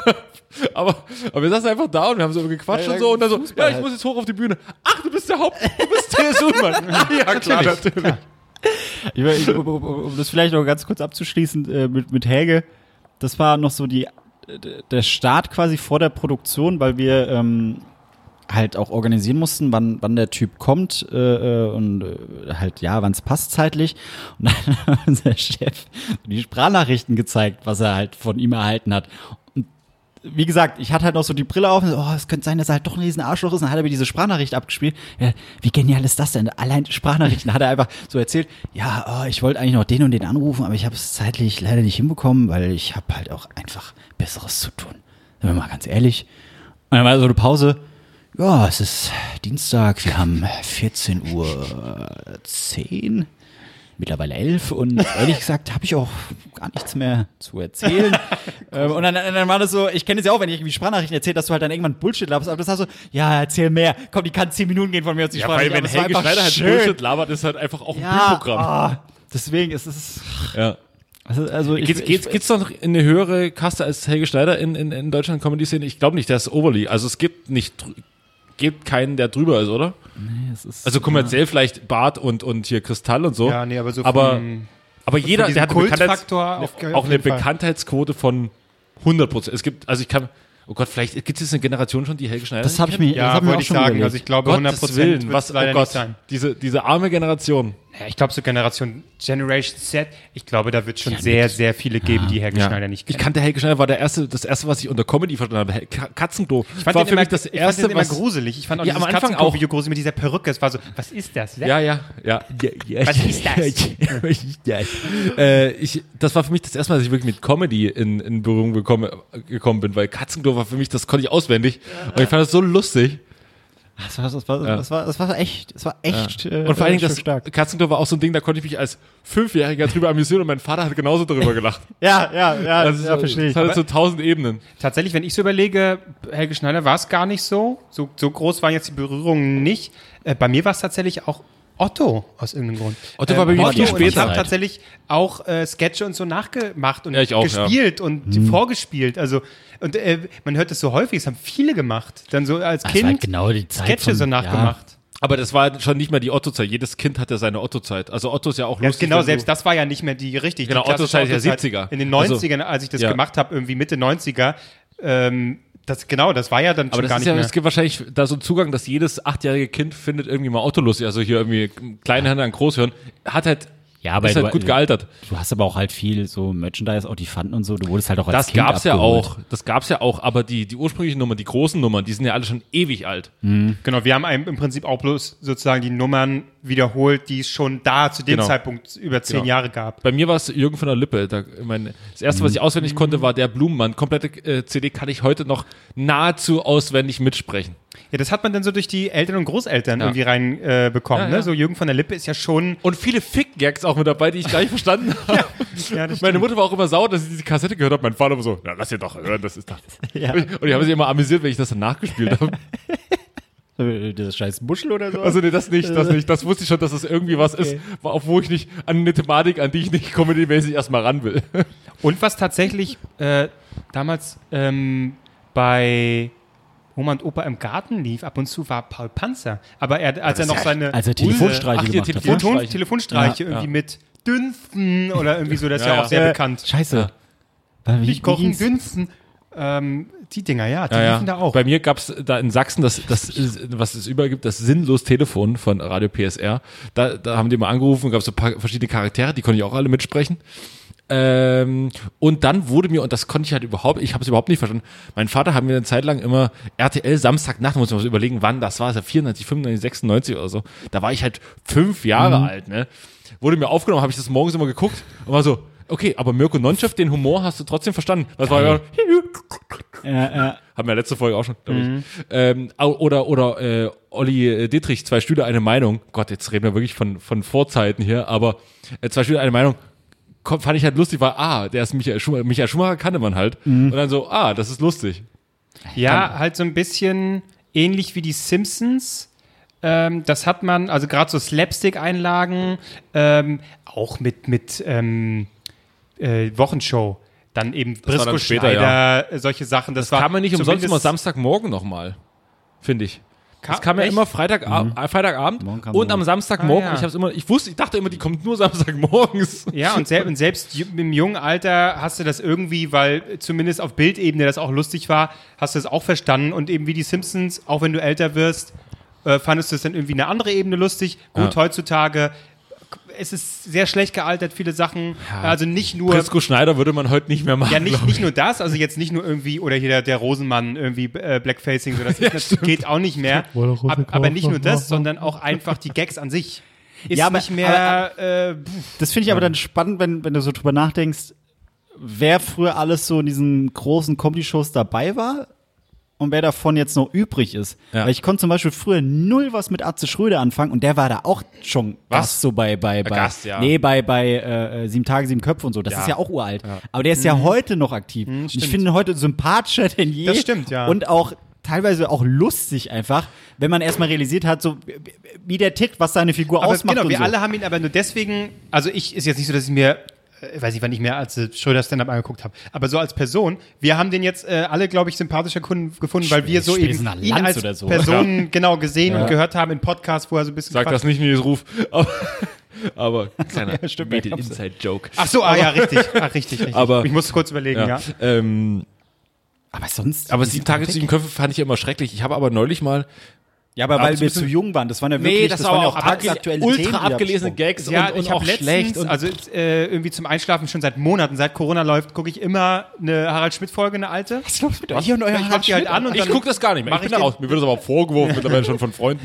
aber, aber wir saßen einfach da und wir haben so gequatscht ja, und so und dann so, ja, ich muss jetzt hoch auf die Bühne. Ach, du bist der Haupt, du bist T S Ullmann. Ja, klar, natürlich. Klar. Ich, ich, um, um, um das vielleicht noch ganz kurz abzuschließen, äh, mit, mit Helge, das war noch so die, der Start quasi vor der Produktion, weil wir, ähm, halt auch organisieren mussten, wann, wann der Typ kommt äh, und äh, halt, ja, wann es passt zeitlich. Und dann hat unser Chef die Sprachnachrichten gezeigt, was er halt von ihm erhalten hat. Und wie gesagt, ich hatte halt noch so die Brille auf und so, oh, es könnte sein, dass er halt doch ein riesen Arschloch ist. Und dann hat er mir diese Sprachnachricht abgespielt. Ja, wie genial ist das denn? Allein Sprachnachrichten hat er einfach so erzählt, ja, oh, ich wollte eigentlich noch den und den anrufen, aber ich habe es zeitlich leider nicht hinbekommen, weil ich habe halt auch einfach Besseres zu tun. Sind wir mal ganz ehrlich. Und dann war so eine Pause. Ja, es ist Dienstag, wir haben vierzehn Uhr zehn, mittlerweile elf und ehrlich gesagt habe ich auch gar nichts mehr zu erzählen. ähm, und dann, dann war das so, ich kenne es ja auch, wenn ich irgendwie Sprachnachrichten erzähle, dass du halt dann irgendwann Bullshit laberst, aber das war so, ja, erzähl mehr, komm, die kann zehn Minuten gehen von mir aus die ja, Sprachnachricht. Weil wenn Helge Schneider halt Bullshit labert, ist halt einfach auch ein ja, Bühnenprogramm. Oh, deswegen ist es... Ja. Also, also ich, geht's, geht's, geht's noch in eine höhere Kaste als Helge Schneider in, in, in Deutschland Comedy-Szene? Ich glaube nicht, der ist Overly. Also es gibt nicht... gibt keinen, der drüber ist, oder? Nee, es ist... Also kommerziell ja. vielleicht Bart und, und hier Kristall und so. Ja, nee, aber so aber, vom, aber jeder, der hat eine, Bekanntheits- auf, auch eine Bekanntheitsquote von hundert Prozent. Es gibt, also ich kann, oh Gott, vielleicht gibt es jetzt eine Generation schon, die Helge Schneider Das habe ich mir, ja, das wollte ich sagen. Überlegt. Also ich glaube hundert Prozent was leider oh Gott, nicht sein. Diese, diese arme Generation. Ja, ich glaube so Generation Generation Z, ich glaube, da wird schon ja, sehr, mit. sehr viele geben, ja. die Helge ja. Schneider nicht kennen. Ich kannte Helge Schneider, war der erste, das erste, was ich unter Comedy verstanden habe. Katzenklo. Ich fand war den für immer, mich das ich erste, fand den immer was gruselig. Ich fand auch ja, dieses am Anfang Katzenklo-Video gruselig mit dieser Perücke. Es war so, was ist das? Ja, ja, ja. Was ist das? was ist das? äh, ich, das war für mich das erste Mal, dass ich wirklich mit Comedy in, in Berührung gekommen, gekommen bin, weil Katzenklo war für mich, das konnte ich auswendig. Und ich fand das so lustig. Das war, das, war, ja. das, war, das war echt, das war echt ja. Und vor allen Dingen, das stark. Katzenklo war auch so ein Ding, da konnte ich mich als Fünfjähriger drüber amüsieren und mein Vater hat genauso darüber gelacht. ja, ja, ja, also ja, verstehe ich. Das hat so tausend Ebenen. Tatsächlich, wenn ich so überlege, Helge Schneider war es gar nicht so. So, so groß waren jetzt die Berührungen nicht. Äh, bei mir war es tatsächlich auch Otto aus irgendeinem Grund. Otto war bei mir viel später. Ich habe tatsächlich auch äh, Sketche und so nachgemacht und ja, ich auch, gespielt ja. und mhm. vorgespielt. Also und äh, man hört das so häufig, es haben viele gemacht. Dann so als das Kind war genau die Zeit Sketche von, so nachgemacht. Ja. Aber das war schon nicht mehr die Otto-Zeit. Jedes Kind hat ja seine Otto-Zeit. Also Otto ist ja auch ja, lustig. Genau, selbst das war ja nicht mehr die richtig. Genau, die Otto-Zeit ist ja siebziger. In den neunzigern, als ich das ja. gemacht habe, irgendwie Mitte neunziger, ähm, das, genau, das war ja dann schon aber das gar ist nicht ja, mehr. Es gibt wahrscheinlich da so einen Zugang, dass jedes achtjährige Kind findet irgendwie mal Otto lustig. Also hier irgendwie kleine Hände an groß hören. Hat halt, ja, aber ist halt du, gut gealtert. Du hast aber auch halt viel so Merchandise, auch die Pfanden und so. Du wurdest halt auch als das Kind gab's abgeholt. ja auch. Das gab's ja auch. Aber die, die ursprünglichen Nummern, die großen Nummern, die sind ja alle schon ewig alt. Mhm. Genau, wir haben einem im Prinzip auch bloß sozusagen die Nummern wiederholt, die es schon da zu dem genau. Zeitpunkt über zehn genau. Jahre gab. Bei mir war es Jürgen von der Lippe. Da, ich meine, das erste, was ich auswendig konnte, war der Blumenmann. Komplette äh, C D kann ich heute noch nahezu auswendig mitsprechen. Ja, das hat man dann so durch die Eltern und Großeltern ja. irgendwie rein äh, bekommen. Ja, ne? ja. So Jürgen von der Lippe ist ja schon... Und viele Fick-Gags auch mit dabei, die ich gar nicht verstanden habe. ja, das Meine Mutter war auch immer sauer, dass sie diese Kassette gehört hat. Mein Vater war so, na lass ihr doch hören, das ist doch... ja. Und ich habe sie immer amüsiert, wenn ich das dann nachgespielt habe. Das scheiß Muschel oder so? Also nee, das nicht, das nicht. Das wusste ich schon, dass das irgendwie was okay. ist, auf wo ich nicht, an eine Thematik, an die ich nicht comedy-mäßig erstmal ran will. Und was tatsächlich äh, damals ähm, bei Oma und Opa im Garten lief, ab und zu war Paul Panzer. Aber er, als er noch seine... Als er Telefonstreiche Ach, gemacht Telefon, hat. Telefonstreiche ja, irgendwie ja. mit Dünsten oder irgendwie so, das ist ja, ja, ja. auch sehr äh, bekannt. Scheiße. Ja. Wie, Ich kochen wie Dünsten. Ähm, die Dinger, ja, die Ja, liefen ja. da auch. Bei mir gab es da in Sachsen, das, das ist, was es überall gibt, das sinnlos Telefon von Radio P S R. Da, da haben die mal angerufen, gab es so ein paar verschiedene Charaktere, die konnte ich auch alle mitsprechen. Ähm, und dann wurde mir, und das konnte ich halt überhaupt, ich habe es überhaupt nicht verstanden, mein Vater hat mir eine Zeit lang immer R T L Samstagnacht, muss man so überlegen, wann das war, ist ja vierundneunzig, fünfundneunzig, sechsundneunzig oder so. Da war ich halt fünf Jahre Mhm. alt, ne? Wurde mir aufgenommen, habe ich das morgens immer geguckt und war so, okay, aber Mirko Nonchef, den Humor hast du trotzdem verstanden. Das war ja, Ja, ja. haben wir letzte Folge auch schon, glaube ich. Ähm, au- oder oder äh, Olli Dittrich, zwei Stühle, eine Meinung. Gott, jetzt reden wir wirklich von, von Vorzeiten hier, aber äh, zwei Stühle, eine Meinung. Komm, fand ich halt lustig, weil, ah, der ist Michael Schumacher, Michael Schumacher kannte man halt. Und dann so, ah, das ist lustig. Ja, halt so ein bisschen ähnlich wie die Simpsons. Ähm, das hat man, also gerade so Slapstick-Einlagen, ähm, auch mit, mit ähm, äh, Wochenshow. Dann eben war Brisco dann später, Schneider, äh, solche Sachen. Das, Das war kam ja nicht umsonst zumindest- immer Samstagmorgen nochmal, finde ich. Ka- Das kam ja echt? immer Freitagab- äh, Freitagabend Morgen kam und morgen. am Samstagmorgen. Ah, ja. Ich hab's immer, ich wusste, ich dachte immer, die kommt nur Samstagmorgens. Ja, und, sel und selbst ju- im jungen Alter hast du das irgendwie, weil zumindest auf Bildebene das auch lustig war, hast du das auch verstanden. Und eben wie die Simpsons, auch wenn du älter wirst, äh, fandest du es dann irgendwie eine andere Ebene lustig. Gut, Ja. heutzutage, es ist sehr schlecht gealtert, viele Sachen. Also nicht nur... Brisco Schneider würde man heute nicht mehr machen. Ja, nicht, glaub ich. nicht nur das, also jetzt nicht nur irgendwie, oder hier der, der Rosenmann irgendwie äh, Blackfacing, so das, ist, das geht auch nicht mehr. Ab, aber nicht nur das, sondern auch einfach die Gags an sich. Ist Ja, aber- nicht mehr, äh, pff, Das finde ich aber dann spannend, wenn, wenn du so drüber nachdenkst, wer früher alles so in diesen großen Comedy-Shows dabei war und wer davon jetzt noch übrig ist. Ja. Weil ich konnte zum Beispiel früher null was mit Atze Schröder anfangen und der war da auch schon Was? Gast so bei, bei, bei Gast, ja. nee, bei, bei äh, Sieben Tage, Sieben Köpfe und so. Das Ja. ist ja auch uralt. Aber der ist ja heute noch aktiv. und ich stimmt. finde ihn heute sympathischer denn je. Das stimmt, ja. Und auch teilweise auch lustig einfach, wenn man erstmal realisiert hat, so wie der tickt, was seine Figur aber ausmacht genau, und wir so. alle haben ihn aber nur deswegen, also ich, ist jetzt nicht so, dass ich mir, äh, weiß ich, wann ich mir als äh, Schröder Stand-Up angeguckt habe, aber so als Person, wir haben den jetzt äh, alle, glaube ich, sympathischer Kunden gefunden, weil wir so eben spätestens an ihn Lanz als oder so. Person genau gesehen und gehört haben in Podcasts, wo er so ein bisschen Sag das quatscht. nicht, Nils Ruf. Aber, aber kleiner stimmt, Medien-Inside-Joke. Ach so, ah ja, richtig, ach, richtig, richtig. Aber- ich musste kurz überlegen, ja. Ja. Ähm, aber sonst. aber sieben Tage, sieben Köpfe fand ich immer schrecklich. Ich habe aber neulich mal, Ja, aber Aber weil so wir ein bisschen- zu jung waren. Das waren ja wirklich, das, waren war ja auch abge tagesaktuelle Themen, die ultra da abgelesene besprochen Gags Ja, und, und ich habe auch letztens, schlecht. Und also äh, irgendwie zum Einschlafen schon seit Monaten, seit Corona läuft, gucke ich immer eine Harald Schmidt-Folge, eine alte. Was glaubst du mit euch und euer Ich mach die halt an und ich dann gucke das gar nicht mehr. mach Ich bin ich da den- raus. Mir wird das aber auch vorgeworfen mittlerweile schon von Freunden.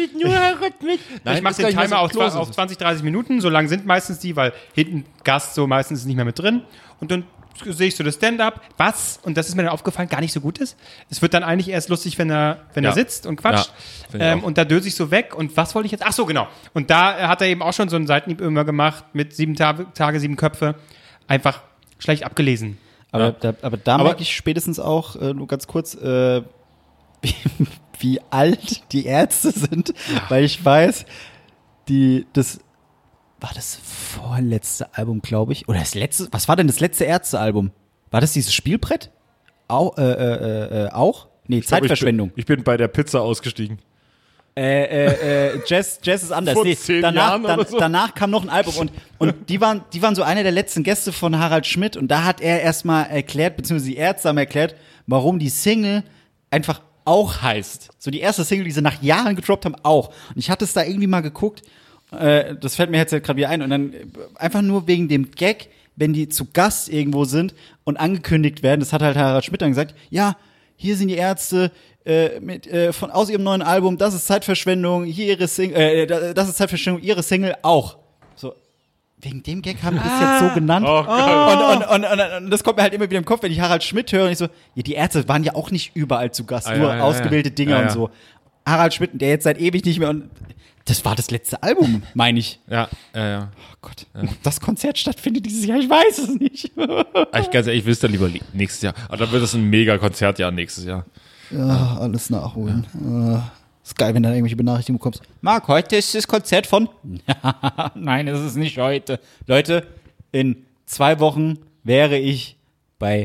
Nein, ich mache den Timer auf, zwa- auf zwanzig, dreißig Minuten, so lang sind meistens die, weil hinten Gast so meistens ist nicht mehr mit drin. Und dann sehe ich so das Stand-up, was, und das ist mir dann aufgefallen, gar nicht so gut ist. Es wird dann eigentlich erst lustig, wenn er, wenn Ja. er sitzt und quatscht. Ja, finde ich ähm, auch. und da döse ich so weg. Und was wollte ich jetzt? Ach so, genau. Und da äh, hat er eben auch schon so einen Seitenhieb immer gemacht mit sieben Ta Tage, sieben Köpfe. Einfach schlecht abgelesen. Aber, Ja. da, aber da Aber- merke ich spätestens auch, äh, nur ganz kurz, äh, wie, wie alt die Ärzte sind, weil ich weiß, die, das, war das vorletzte Album, glaube ich, oder das letzte, was war denn das letzte Ärztealbum? War das dieses Spielbrett? Au, äh, äh, äh, auch? Nee, Zeitverschwendung. Ich bin, ich bin bei der Pizza ausgestiegen. Äh, äh, äh, Jazz, Jazz ist anders. Vor Nee, zehn danach, Jahren dann, oder so. danach kam noch ein Album und, und die waren, die waren so einer der letzten Gäste von Harald Schmidt und da hat er erstmal erklärt, beziehungsweise die Ärzte haben erklärt, warum die Single einfach auch heißt. So die erste Single, die sie nach Jahren gedroppt haben, auch. Und ich hatte es da irgendwie mal geguckt, äh, das fällt mir jetzt gerade wieder ein und dann äh, einfach nur wegen dem Gag, wenn die zu Gast irgendwo sind und angekündigt werden, das hat halt Harald Schmidt dann gesagt, ja, hier sind die Ärzte äh, mit, äh, von, aus ihrem neuen Album, das ist Zeitverschwendung, hier ihre Single, äh, das ist Zeitverschwendung, ihre Single auch. So, wegen dem Gag haben die das jetzt so genannt. Oh Gott. Und, und, und, und, und das kommt mir halt immer wieder im Kopf, wenn ich Harald Schmidt höre und ich so, ja, die Ärzte waren ja auch nicht überall zu Gast, Ah, nur ja, ja, ausgewählte ja. Dinge Ja, und ja. so. Harald Schmidt, der jetzt seit ewig nicht mehr und das war das letzte Album, meine ich. Ja, ja, ja. Oh Gott, ob das Konzert stattfindet dieses Jahr, ich weiß es nicht. Ich ganz ehrlich, ich wüsste lieber li- nächstes Jahr. Aber dann wird es ein mega Konzertjahr nächstes Jahr. Ja, alles nachholen. Ja. Ist geil, wenn du dann irgendwelche Benachrichtigungen bekommst. Marc, heute ist das Konzert von. Nein, es ist nicht heute. Leute, in zwei Wochen wäre ich bei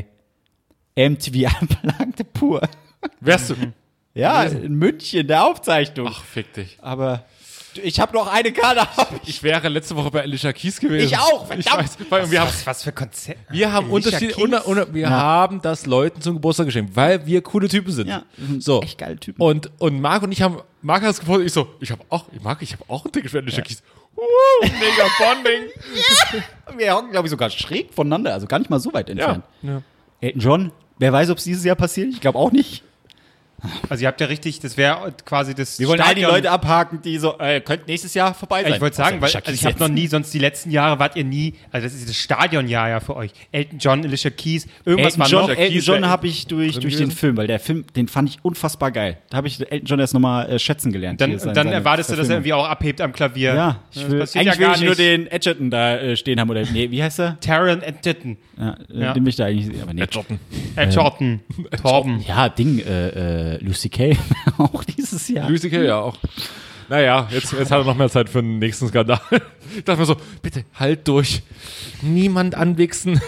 M T V Unplugged pur. Wärst du? Ja, in München, der Aufzeichnung. Ach, fick dich. Aber Ich habe noch eine Karte. Ich wäre letzte Woche bei Alicia Keys gewesen. Ich auch, Ich verdammt. weiß, weil wir haben, Was, was für Konzept? wir haben Unterschiede, unter, unter, wir Ja. haben das Leuten zum Geburtstag geschenkt, weil wir coole Typen sind. Ja, so. echt geile Typen. Und, und Marc und ich haben, Marc hat es gefunden, ich so, ich habe auch, Marc, ich habe auch ein Ticket für Alicia Keys. Uh, mega Bonding. Wir hocken, glaube ich, sogar schräg voneinander, also gar nicht mal so weit entfernt. Ja. Elton John, wer weiß, ob es dieses Jahr passiert? Ich glaube auch nicht. Also ihr habt ja richtig, das wäre quasi das Wir wollen all die Stadion- Leute abhaken, die so, äh, könnt nächstes Jahr vorbei sein. Ich wollte sagen, weil Außer also ich Alicia habe noch Keys nie, sonst die letzten Jahre wart ihr nie, also das ist das Stadionjahr ja für euch. Elton John, Alicia Keys, irgendwas Elton war John, noch. Elton Keys John wär habe ich durch, drin durch den gewesen. Film, weil der Film, den fand ich unfassbar geil. Da habe ich Elton John erst nochmal äh, schätzen gelernt. Dann, Hier sein- dann seine erwartest du, dass er Verfilmung. irgendwie auch abhebt am Klavier. Ja, ich das will, passiert eigentlich ja will gar ich nur nicht. den Edgerton da äh, stehen haben, oder, nee, wie heißt er? Taron Edgerton. Ja, äh, Ja. den will ich da eigentlich sehen, aber nee. Jordan. Edgerton. Torben. Ja, Ding, äh, äh, Lucy Kay, auch dieses Jahr. Lucy Kay ja auch. Naja, jetzt, jetzt hat er noch mehr Zeit für den nächsten Skandal. Ich dachte mir so, bitte, halt durch. Niemand anwichsen.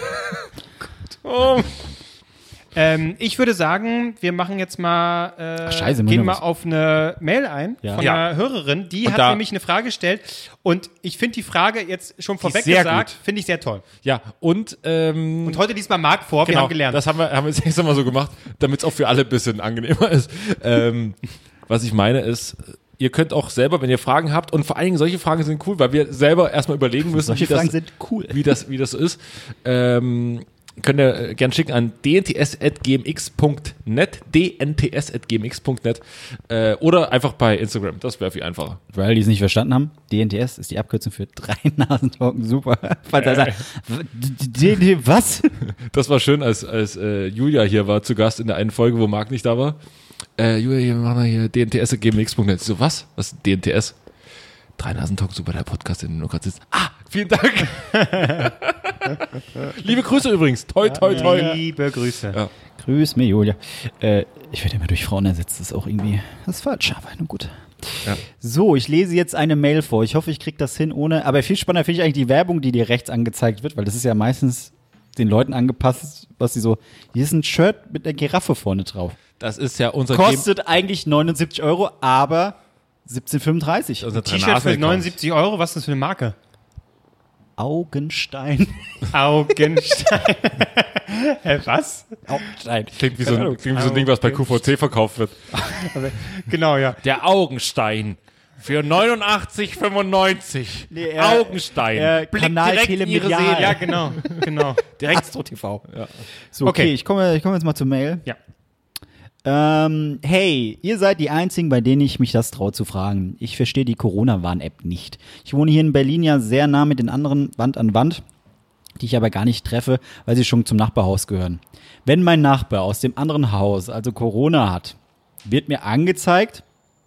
oh. Ähm, ich würde sagen, wir machen jetzt mal, äh, Ach, scheiße, gehen Mann, mal was- auf eine Mail ein Ja. von Ja. einer Hörerin. Die Und hat da- nämlich eine Frage gestellt und ich finde die Frage jetzt schon vorweg sehr gesagt, gut. finde ich sehr toll. Ja, und, ähm, Und heute diesmal Marc vor, wir genau, haben gelernt. das haben wir, haben wir jetzt extra mal so gemacht, damit es auch für alle ein bisschen angenehmer ist. Ähm, was ich meine ist, ihr könnt auch selber, wenn ihr Fragen habt, und vor allen Dingen solche Fragen sind cool, weil wir selber erstmal überlegen müssen, Solche wie, Fragen das, sind cool. wie, das, wie das so ist. Ähm, könnt ihr äh, gern schicken an d n t s at g m x punkt net, d n t s at g m x punkt net äh, oder einfach bei Instagram, das wäre viel einfacher. Für alle, die es nicht verstanden haben, D N T S ist die Abkürzung für drei Nasentalken, super. Falls er sagt, D- D- was? Das war schön, als, als äh, Julia hier war zu Gast in der einen Folge, wo Marc nicht da war. Äh, Julia, wir machen hier D N T S at g m x punkt net. So, was? Was ist D N T S? Drei Nasentalk, super, der Podcast, in dem du gerade sitzt. Ah, vielen Dank. Liebe Grüße übrigens. Toi, toi, toi. Liebe Grüße. Ja. Grüß mir, Julia. Äh, ich werde immer durch Frauen ersetzt, das ist auch irgendwie, das ist falsch, aber nun gut. Ja. So, ich lese jetzt eine Mail vor. Ich hoffe, ich kriege das hin ohne, aber viel spannender finde ich eigentlich die Werbung, die dir rechts angezeigt wird, weil das ist ja meistens den Leuten angepasst, was sie so, hier ist ein Shirt mit einer Giraffe vorne drauf. Das ist ja unser Game- Kostet eigentlich neunundsiebzig Euro, aber siebzehn fünfunddreißig. unser T-Shirt für Drei-Nasen-Account. neunundsiebzig Euro, was ist das für eine Marke? Augenstein. Augenstein. Hä, was? Augenstein. Klingt wie so ein, klingt wie so ein Ding, was bei Q V C verkauft wird. Genau, ja. Der Augenstein. Für neunundachtzig fünfundneunzig. Nee, er- Augenstein. er- Blickt Kanal direkt in ihre Telemedial. Seele. Ja, genau, genau. Direkt Astro T V. So, okay, Okay. ich komme ich komme jetzt mal zur Mail. Ja. Ähm, hey, ihr seid die Einzigen, bei denen ich mich das traue zu fragen. Ich verstehe die Corona-Warn-App nicht. Ich wohne hier in Berlin ja sehr nah mit den anderen Wand an Wand, die ich aber gar nicht treffe, weil sie schon zum Nachbarhaus gehören. Wenn mein Nachbar aus dem anderen Haus also Corona hat, wird mir angezeigt,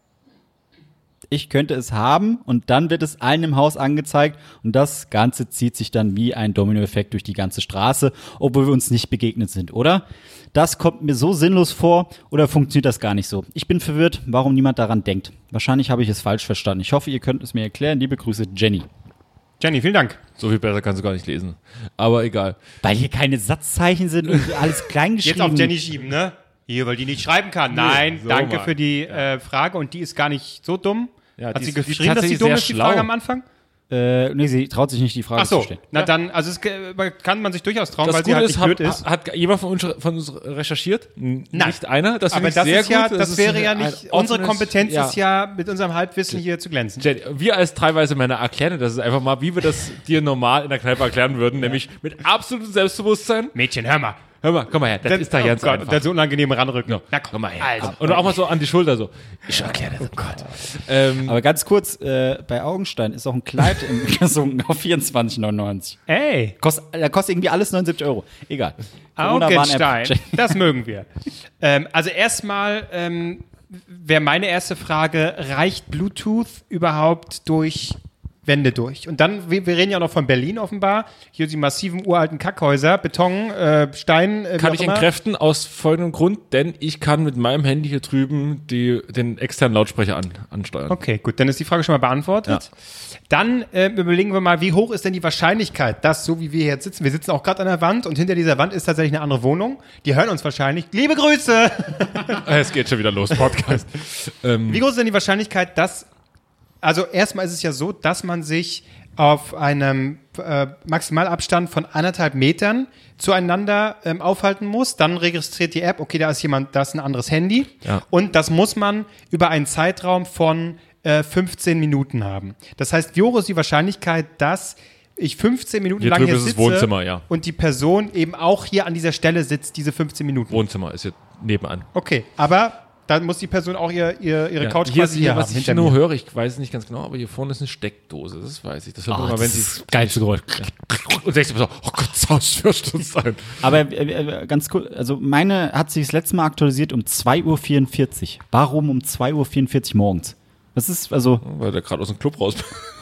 ich könnte es haben und dann wird es allen im Haus angezeigt und das Ganze zieht sich dann wie ein Dominoeffekt durch die ganze Straße, obwohl wir uns nicht begegnet sind, oder? Das kommt mir so sinnlos vor oder funktioniert das gar nicht so? Ich bin verwirrt, warum niemand daran denkt. Wahrscheinlich habe ich es falsch verstanden. Ich hoffe, ihr könnt es mir erklären. Liebe Grüße, Jenny. Jenny, vielen Dank. So viel besser kannst du gar nicht lesen. Aber egal. Weil hier keine Satzzeichen sind und alles klein Jetzt geschrieben. auf Jenny schieben, ne? Hier, weil die nicht schreiben kann. Nein, so danke mal. für die äh, Frage und die ist gar nicht so dumm. Ja, Hat die sie ist- die ist geschrieben, dass sie tatsächlich dumm sehr ist, die schlau. Frage am Anfang? Äh, nee, sie traut sich nicht, die Frage Ach so, zu stellen. na dann, also es äh, kann man sich durchaus trauen, Das weil sie Gute halt ist, nicht blöd hat, ist. hat jemand von uns, von uns recherchiert? N- Nicht einer. Das finde Aber ich das sehr ist ja, gut. das, ist wäre ein- ja ein nicht, unsere offenes- Kompetenz ja. ist ja mit unserem Halbwissen hier zu glänzen. Jenny, wir als teilweise Männer erklären das ist einfach mal, wie wir das dir normal in der Kneipe erklären würden, nämlich mit absolutem Selbstbewusstsein. Mädchen, hör mal. Hör mal, komm mal her, das, ist da oh ganz Gott, einfach. und dann so unangenehm ranrücken. Ja. Na komm mal her. Also. Und auch mal so an die Schulter so. Ich erkläre das. Oh Gott. Ähm, Aber ganz kurz, äh, bei Augenstein ist auch ein Kleid im- gesunken auf vierundzwanzig neunundneunzig. Ey, Kost, da kostet irgendwie alles neunundsiebzig Euro. Egal. Augenstein, Corona-Warn-App. das mögen wir. ähm, also erstmal ähm, wäre meine erste Frage, reicht Bluetooth überhaupt durch Wände durch? Und dann, wir, wir reden ja auch noch von Berlin offenbar, hier die massiven uralten Kackhäuser, Beton, äh, Stein, äh, wie kann auch ich immer. entkräften aus folgendem Grund, denn ich kann mit meinem Handy hier drüben die, den externen Lautsprecher an, ansteuern. Okay, gut, dann ist die Frage schon mal beantwortet. Dann äh, überlegen wir mal, wie hoch ist denn die Wahrscheinlichkeit, dass, so wie wir jetzt sitzen, wir sitzen auch gerade an der Wand und hinter dieser Wand ist tatsächlich eine andere Wohnung. Die hören uns wahrscheinlich. Liebe Grüße! Es geht schon wieder los, Podcast. ähm, Wie groß ist denn die Wahrscheinlichkeit, dass also erstmal ist es ja so, dass man sich auf einem äh, Maximalabstand von anderthalb Metern zueinander ähm, aufhalten muss. Dann registriert die App, okay, da ist jemand, da ist ein anderes Handy. Ja. Und das muss man über einen Zeitraum von äh, fünfzehn Minuten haben. Das heißt, wie hoch ist die Wahrscheinlichkeit, dass ich fünfzehn Minuten Hier lang drüben hier ist das sitze Wohnzimmer, ja. und die Person eben auch hier an dieser Stelle sitzt, diese fünfzehn Minuten? Wohnzimmer ist hier nebenan. Okay, aber dann muss die Person auch ihr, ihr, ihre Ja, Couch hier quasi ist hier, hier was haben, ich hinter nur mir. höre, ich weiß es nicht ganz genau, aber hier vorne ist eine Steckdose, das weiß ich. Das hört man Ah, immer, wenn das sie ist geilste Geräusch. und denkst du so, oh Gott, das Haus stürzt ein. Aber äh, äh, ganz kurz, also meine hat sich das letzte Mal aktualisiert um zwei Uhr vierundvierzig. Warum um zwei Uhr vierundvierzig morgens? Das ist also Weil der gerade aus dem Club raus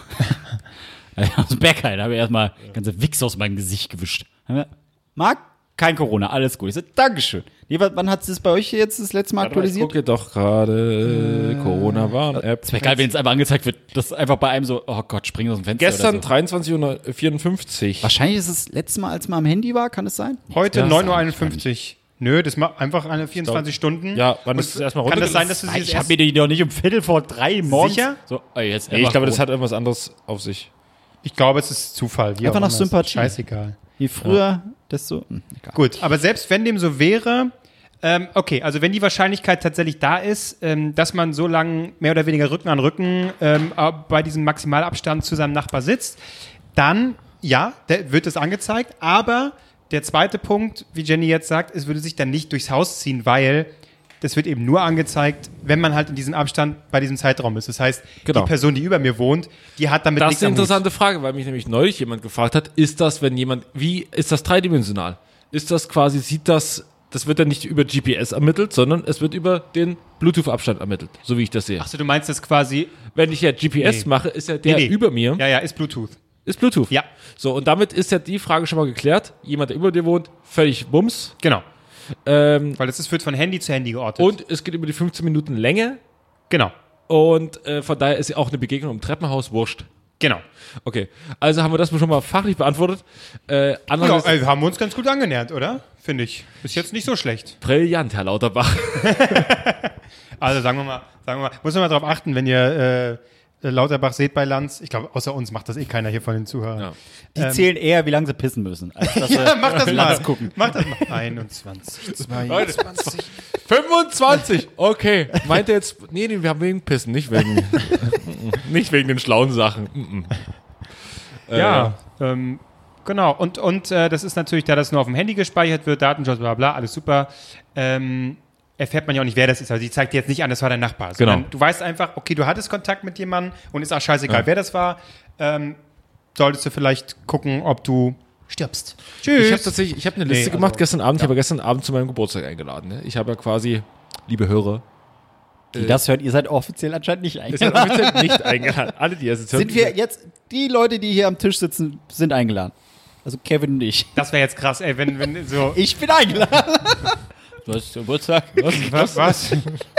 aus dem Berghain, da habe ich erstmal ganze Wichs aus meinem Gesicht gewischt. Marc, kein Corona, alles gut. Ich sage, Dankeschön. Nee, w- wann hat es das bei euch jetzt das letzte Mal Ich aktualisiert? gucke doch gerade äh, Corona-Warn-App. Es wäre geil, wenn es einfach angezeigt wird, dass einfach bei einem so, oh Gott, spring aus dem Fenster Gestern oder so. dreiundzwanzig Uhr vierundfünfzig. Wahrscheinlich ist es das letzte Mal, als man am Handy war, kann es sein? Heute Ja, neun Uhr das einundfünfzig. Nö, das macht einfach eine vierundzwanzig Stunden. Ja, wann Und ist es erstmal Kann das sein, runtergeladen? dass du sie Ich jetzt habe erst... mir die doch nicht um Viertel vor drei morgens. Sicher? So, ey, jetzt Nee, ich einfach glaube, das Corona. hat irgendwas anderes auf sich. Ich glaube, es ist Zufall. Wie Einfach auch nach immer. Sympathie. Scheißegal. Je früher, desto. Hm, egal. Gut, aber selbst wenn dem so wäre, ähm, okay, also wenn die Wahrscheinlichkeit tatsächlich da ist, ähm, dass man so lange mehr oder weniger Rücken an Rücken ähm, äh, bei diesem Maximalabstand zu seinem Nachbar sitzt, dann, ja, der, wird es angezeigt, aber der zweite Punkt, wie Jenny jetzt sagt, es würde sich dann nicht durchs Haus ziehen, weil das wird eben nur angezeigt, wenn man halt in diesem Abstand bei diesem Zeitraum ist. Das heißt, Genau. die Person, die über mir wohnt, die hat damit Das nichts ist eine am Hut. interessante Frage, weil mich nämlich neulich jemand gefragt hat, ist das, wenn jemand, wie ist das dreidimensional? Ist das quasi, sieht das, das wird dann nicht über G P S ermittelt, sondern es wird über den Bluetooth-Abstand ermittelt, so wie ich das sehe. Achso, du meinst das quasi... Wenn ich ja G P S Nee. mache, ist ja der Nee, nee. über mir, Ja, ja, ist Bluetooth. ist Bluetooth. Ja. So, und damit ist ja die Frage schon mal geklärt. Jemand, der über dir wohnt, völlig Bums. Genau. Ähm, Weil das ist, wird von Handy zu Handy geortet. und es geht über die fünfzehn Minuten Länge. Genau. Und äh, von daher ist ja auch eine Begegnung im Treppenhaus wurscht. Genau. Okay, also haben wir das schon mal fachlich beantwortet. Äh, Ja, andererseits, ey, haben wir uns ganz gut angenähert, oder? Finde ich. Ist jetzt nicht so schlecht. brillant, Herr Lauterbach. Also sagen wir mal, sagen wir mal, muss man mal drauf achten, wenn ihr äh, Lauterbach seht bei Lanz. Ich glaube, außer uns macht das eh keiner hier von den Zuhörern. Ja. Die zählen eher, wie lange sie pissen müssen. Als dass Ja, sie mach das mal. Lanz gucken. Mach das mal. einundzwanzig, zweiundzwanzig. fünfundzwanzig, okay. Meint ihr jetzt, nee, nee, wir haben wegen Pissen, nicht wegen, nicht wegen den schlauen Sachen. Mm-mm. Ja, ähm, genau. Und, und äh, das ist natürlich, da das nur auf dem Handy gespeichert wird, Datenschutz, bla bla, alles super. Ähm, erfährt man ja auch nicht, wer das ist. Also die zeigt dir jetzt nicht an, das war dein Nachbar. Genau. Sondern du weißt einfach, okay, du hattest Kontakt mit jemandem und ist auch scheißegal, Ja. wer das war. Ähm, solltest du vielleicht gucken, ob du stirbst. Tschüss. Ich habe tatsächlich, ich habe eine Liste Nee, also, gemacht gestern Abend. ja. Ich habe gestern Abend zu meinem Geburtstag eingeladen. Ne? Ich habe ja quasi, liebe Hörer, Die das hört, ihr seid offiziell anscheinend nicht ist ja eingeladen. offiziell nicht eingeladen. Alle, die es jetzt hören, Sind wir jetzt, die Leute, die hier am Tisch sitzen, sind eingeladen. Also Kevin und ich. Das wäre jetzt krass, ey, wenn, wenn so. Ich bin eingeladen. Du hast Geburtstag. Was? was?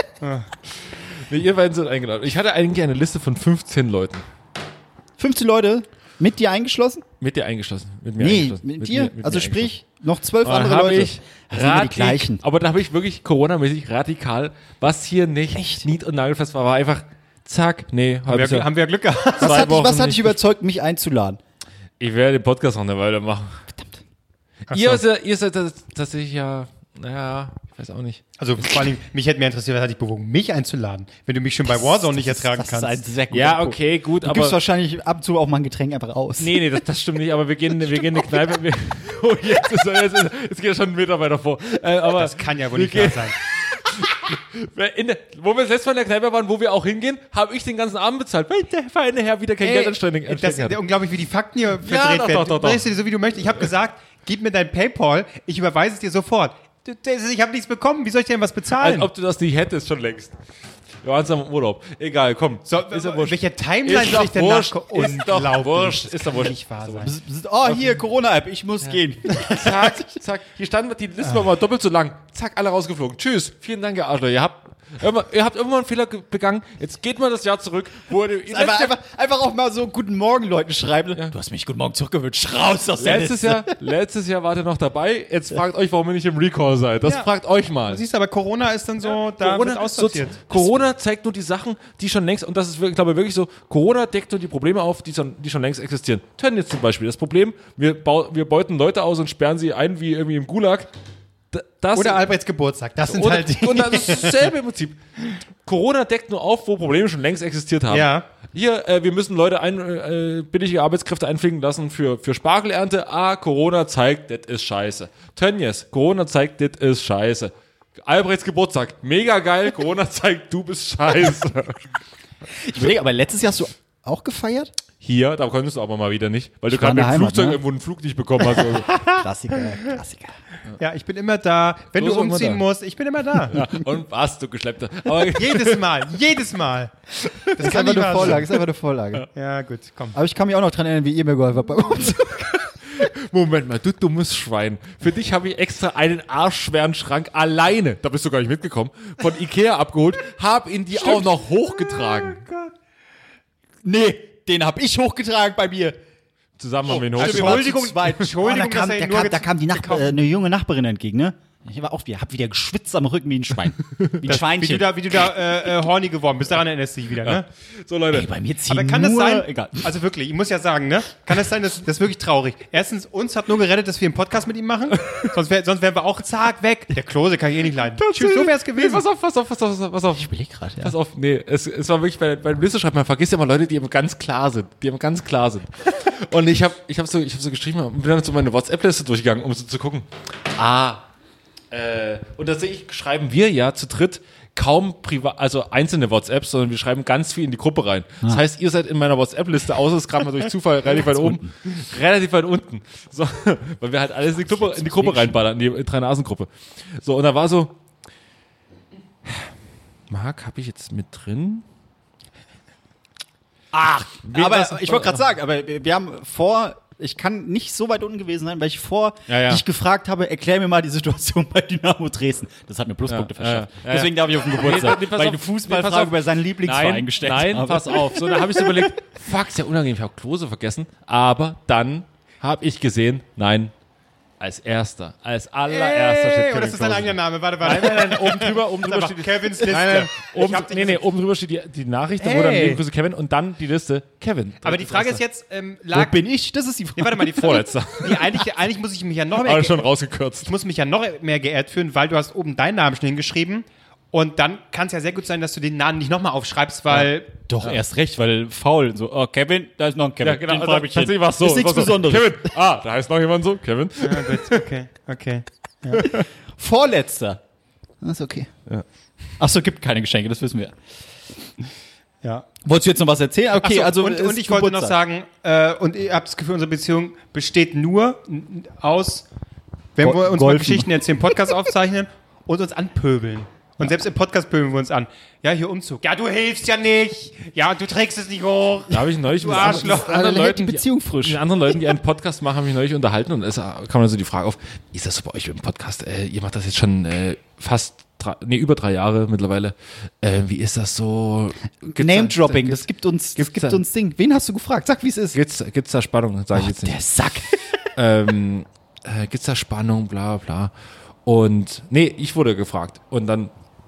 Nee, ihr beiden sind eingeladen. Ich hatte eigentlich eine Liste von fünfzehn Leuten. fünfzehn Leute, mit dir eingeschlossen? Mit dir eingeschlossen. Mit mir Nee, eingeschlossen. mit, Mit dir? mir- mit also mir sprich, noch zwölf eingeschlossen. andere Und dann Leute. hab ich Das sind immer die radik- gleichen. Aber da habe ich wirklich Corona-mäßig radikal, was hier nicht Echt? nied- und nagelfest war, war einfach zack, nee, Haben halbes wir, Jahr. haben wir Glück gehabt. Was zwei hat, dich, Wochen was hat nicht dich überzeugt, mich einzuladen? Ich werde den Podcast noch eine Weile machen. Ach Ihr, so. seid, ihr seid das- tatsächlich ja, naja, ich weiß auch nicht. Also vor allem, mich hätte mehr interessiert, was hat dich bewogen, mich einzuladen, wenn du mich schon bei Warzone nicht ertragen das kannst. ist ein sehr guter Ja, Punkt. okay, gut, Du aber. gibst wahrscheinlich ab und zu auch mal ein Getränk einfach aus. Nee, nee, das, das stimmt nicht, aber wir gehen, wir gehen in eine Kneipe. Wir, oh, jetzt, ist, er- jetzt, ist, jetzt geht er schon einen Meter weiter vor. Äh, aber Das kann ja wohl wir nicht wahr gehen- sein. In der, wo wir das letzte Mal in der Kneipe waren, wo wir auch hingehen, habe ich den ganzen Abend bezahlt, weil der feine Herr wieder kein Geld anstrengen das ist unglaublich, wie die Fakten hier verdreht doch, werden. doch, doch, doch. Drehst du dir so, wie du möchtest. Ich habe gesagt, gib mir dein PayPal, ich überweise es dir sofort. Du- das ist- Ich habe nichts bekommen, wie soll ich dir denn was bezahlen? Als ob du das nicht hättest, schon längst. Wir waren zusammen im Urlaub. Egal, komm. so, ist ja wurscht. welche Timeline Ist soll doch ich denn wurscht. nachgucken? Ist doch Unglaublich. wurscht. Das Ist doch kann wurscht. nicht wahr sein. Bzz, bzz, Oh, hier, Corona-App, ich muss gehen. Zack, zack. Hier stand, die Liste war mal doppelt so lang. Zack, alle rausgeflogen. Tschüss. Vielen Dank, ihr Arschloch. Ihr habt, Irgendwann, ihr habt irgendwann einen Fehler ge- begangen, jetzt geht mal das Jahr zurück, wo ihr Einfach, einfach, einfach auch mal so Guten Morgen Leuten schreiben. Du hast mich Guten Morgen zurückgewünscht. Raus aus der letztes Liste. Jahr, letztes Jahr wart ihr noch dabei, jetzt fragt euch, warum ihr nicht im Recall seid. Das Ja. fragt euch mal. Du siehst aber, Corona ist dann so, da Corona, wird aussortiert. so, Corona zeigt nur die Sachen, die schon längst, und das ist, wirklich- glaube ich, wirklich so, Corona deckt nur die Probleme auf, die schon, die schon längst existieren. Tönnies zum Beispiel. Das Problem, wir, bau, wir beuten Leute aus und sperren sie ein wie irgendwie im Gulag. D- Das Oder Albrechts Geburtstag. Das sind oder, halt die. und das ist dasselbe im Prinzip. Corona deckt nur auf, wo Probleme schon längst existiert haben. Ja. Hier, äh, wir müssen Leute ein, äh, billige Arbeitskräfte einfliegen lassen für, für Spargelernte. Ah, Corona zeigt, das ist scheiße. Tönnies, Corona zeigt, das ist scheiße. Albrechts Geburtstag, mega geil. Corona zeigt, du bist scheiße. Ich überlege, aber letztes Jahr hast du auch gefeiert? Hier, da konntest du aber mal wieder nicht, weil du war gerade in mit der dem Heimat, Flugzeug ne? irgendwo einen Flug nicht bekommen hast. Also. Klassiker, Klassiker. Ja, ich bin immer da. Wenn So ist du immer umziehen da. musst, ich bin immer da. Ja, und was, du Geschleppter. Aber Jedes Mal, jedes Mal. Das Ist kann einfach nicht eine wahr Vorlage, sein. ist einfach eine Vorlage. Ja, gut, komm. Aber ich kann mich auch noch dran erinnern, wie ihr mir geholfen habt beim Umzug. Moment mal, du dummes Schwein. Für dich habe ich extra einen arschschweren Schrank alleine, da bist du gar nicht mitgekommen, von Ikea abgeholt, hab ihn dir auch noch hochgetragen. Nee, den hab ich hochgetragen bei mir. Zusammen haben wir ihn Also hochgetragen. wir waren Entschuldigung, zu zweit. Entschuldigung, oh, da kam, dass er da, nur kam, da gez- kam die Nachbar, gekauft- äh, eine junge Nachbarin entgegen, ne? Ich war auch wieder, hab wieder geschwitzt am Rücken wie ein Schwein. Wie ein Wie du Schweinchen. da, wie du da äh, äh, horny geworden bist, daran erinnerst du dich wieder, ne? So Leute, Ey, bei mir ziehen Aber kann nur, das sein, Egal. also wirklich, ich muss ja sagen, ne? Kann das sein, dass das ist wirklich traurig. Erstens, uns hat nur gerettet, dass wir einen Podcast mit ihm machen. sonst, wär, sonst wären wir auch zack, weg. Der Klose kann ich eh nicht leiden. Tschüss, so wär's nee, gewesen. pass auf, pass auf, pass auf, pass auf, pass auf. Ich überleg gerade, ja. Pass auf, nee, es, es war wirklich, bei, beim Liste schreibt man vergisst ja mal Leute, die eben ganz klar sind, die eben ganz klar sind. Und ich habe ich hab so, ich hab so geschrieben und bin dann so meine WhatsApp-Liste durchgegangen, um so zu gucken. Ah, äh, und tatsächlich schreiben wir ja zu dritt kaum privat, also einzelne WhatsApps, sondern wir schreiben ganz viel in die Gruppe rein. Das heißt, ihr seid in meiner WhatsApp-Liste, außer es gerade mal durch Zufall relativ weit oben, relativ weit unten. So, weil wir halt alles in die Gruppe, in die Gruppe reinballern, in die Drei-Nasen-Gruppe. So, und da war so, Marc, habe ich jetzt mit drin? Ach, Wen- aber was- ich wollte gerade sagen, aber wir wir haben vor, ich kann nicht so weit unten gewesen sein, weil ich vor Ja, ja. dich gefragt habe, erklär mir mal die Situation bei Dynamo Dresden. Das hat mir Pluspunkte Ja, ja, verschafft. ja, ja. Deswegen darf ich auf den Geburtstag, Nee, nee, pass weil auf. ich eine Nee, pass Fußballfrage auf. über seinen Lieblingsverein Nein, gestellt nein, habe. pass auf. So, dann habe ich so überlegt, fuck, ist ja unangenehm, ich habe Klose vergessen. Aber dann habe ich gesehen, nein, als erster, als allererster steht Ey, Kevin oh, das ist dein Klose. eigener Name. Warte, warte. Nein, nein, nein, oben drüber, oben drüber Aber steht die Kevins Liste. Nein, nein, oben, Ich hab die nee, nee, oben drüber steht die, die Nachricht, wo dann Ey. liebe Grüße Kevin und dann die Liste Kevin. Aber die Frage ist jetzt, ähm, Wo lag... bin ich? Das ist die Frage. Nee, warte mal, die Vorletzter. Die, eigentlich, eigentlich muss ich mich ja noch mehr... Aber ge- schon rausgekürzt. Ich muss mich ja noch mehr geehrt fühlen, weil du hast oben deinen Namen schon hingeschrieben. Und dann kann es ja sehr gut sein, dass du den Namen nicht nochmal aufschreibst, weil... Doch, erst recht, weil faul. So, oh, Kevin, da ist noch ein Kevin. Ja, genau. Den Also, schreibe ich hin. tatsächlich war es so. Ist nichts Es war so, Besonderes. Kevin. Ah, da heißt noch jemand so. Kevin. Ja, gut, okay, okay. Vorletzter. Das ist okay. Ja. Achso, gibt keine Geschenke, das wissen wir. Ja. Wolltest du jetzt noch was erzählen? Okay, Ach so, also und, es und ist ich wollte noch Geburtstag. sagen, äh, und ihr habt das Gefühl, unsere Beziehung besteht nur n- aus, wenn Go- wir uns mal Golfen. Geschichten erzählen, Podcast aufzeichnen und uns anpöbeln. Und selbst im Podcast pöbeln wir uns an. Ja, hier Umzug. Ja, du hilfst ja nicht. Ja, und du trägst es nicht hoch. Da habe ich neulich Du mit Arschloch. anderen, anderen Dann hält die Leuten, Beziehung frisch. mit anderen Leuten, die einen Podcast machen, habe ich neulich unterhalten und es kam dann so die Frage auf, ist das so bei euch im Podcast? Äh, ihr macht das jetzt schon äh, fast drei, nee, über drei Jahre mittlerweile. Äh, wie ist das so? Gibt's da- Name-Dropping, gibt's- das gibt uns, das gibt's gibt da- uns Ding. Wen hast du gefragt? Sag, wie es ist. Gibt's, gibt's da Spannung? Sag ich Oh, jetzt der nicht. Sack. ähm, äh, gibt's da Spannung, bla bla. Und nee, ich wurde gefragt. Und dann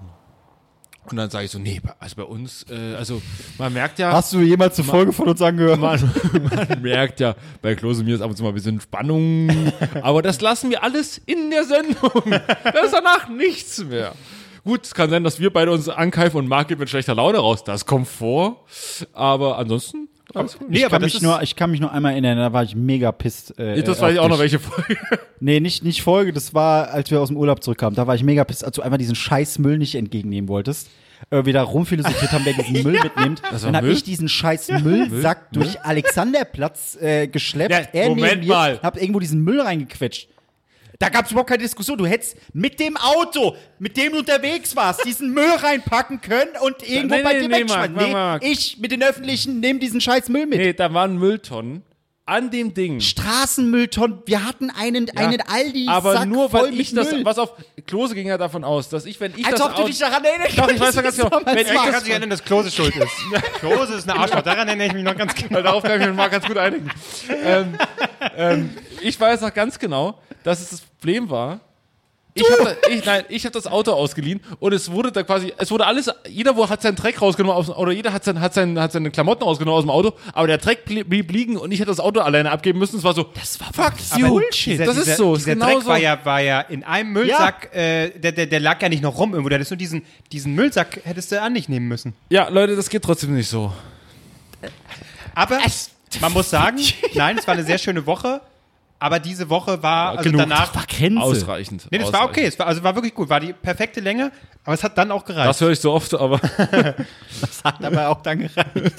und dann sage ich so, nee, also bei uns, äh, also man merkt ja, Hast du jemals eine Folge von uns angehört? man, man merkt ja, bei Klose und mir ist ab und zu mal ein bisschen Spannung, aber das lassen wir alles in der Sendung. Da ist danach nichts mehr. Gut, es kann sein, dass wir beide uns ankeifen und Marc geht mit schlechter Laune raus. Das kommt vor. Aber ansonsten, alles gut. Nee, ich, aber kann das mich ist, nur, ich kann mich nur einmal erinnern, da war ich mega pisst. Äh, Das äh, weiß ich auf auch noch, dich. welche Folge. Nee, nicht, nicht Folge, das war, als wir aus dem Urlaub zurückkamen. Da war ich mega pisst, als du einfach diesen scheiß Müll nicht entgegennehmen wolltest. Äh, wir da rumphilosophiert haben, wer diesen Müll mitnimmt. war Dann habe Müll? ich diesen scheiß Müllsack durch Alexanderplatz äh, geschleppt. Ja, er Moment neben mir, mal. hab irgendwo diesen Müll reingequetscht. Da gab es überhaupt keine Diskussion. Du hättest mit dem Auto, mit dem du unterwegs warst, diesen Müll reinpacken können und irgendwo Nee, bei nee, dir nee, wegschmeißen. Marc, Nee, Marc. ich mit den Öffentlichen nehme diesen scheiß Müll mit. Nee, da waren Mülltonnen an dem Ding. Straßenmülltonnen, wir hatten einen, Ja, einen Aldi aber Sack nur voll weil mit ich das, Müll. was auf, Klose ging ja davon aus, dass ich, wenn ich Als das ob du Auto- dich daran erinnerst. Doch, ich weiß noch ganz genau. Wenn ich Ich kann das, sich erinnern, dass Klose schuld ist. Klose ist eine Arschloch, daran erinnere ich mich noch ganz genau. weil darauf kann ich mich mit Marc ganz gut einigen. ähm, ähm, ich weiß noch ganz genau, dass es das Problem war. Ich habe da, ich, nein, ich hab das Auto ausgeliehen und es wurde da quasi, es wurde alles, jeder wo hat seinen Dreck rausgenommen aus, oder jeder hat, sein, hat, sein, hat seine Klamotten rausgenommen aus dem Auto, aber der Dreck blieb, blieb liegen und ich hätte das Auto alleine abgeben müssen. Es war so, Das war fuck aber you. Bullshit. Dieser, Das ist dieser, so, ist Dieser genau Dreck so. war ja, war ja in einem Müllsack, äh, der, der, der lag ja nicht noch rum irgendwo. Da hättest du diesen, diesen Müllsack hättest du an dich nehmen müssen. Ja, Leute, das geht trotzdem nicht so. Aber man muss sagen, nein, es war eine sehr schöne Woche. Aber diese Woche war, also genug. danach. war Grenze. Ausreichend. Nee, das war Ausreichend. okay. Es war, also war wirklich gut. War die perfekte Länge, aber es hat dann auch gereicht. Das höre ich so oft, aber Das hat aber auch dann gereicht.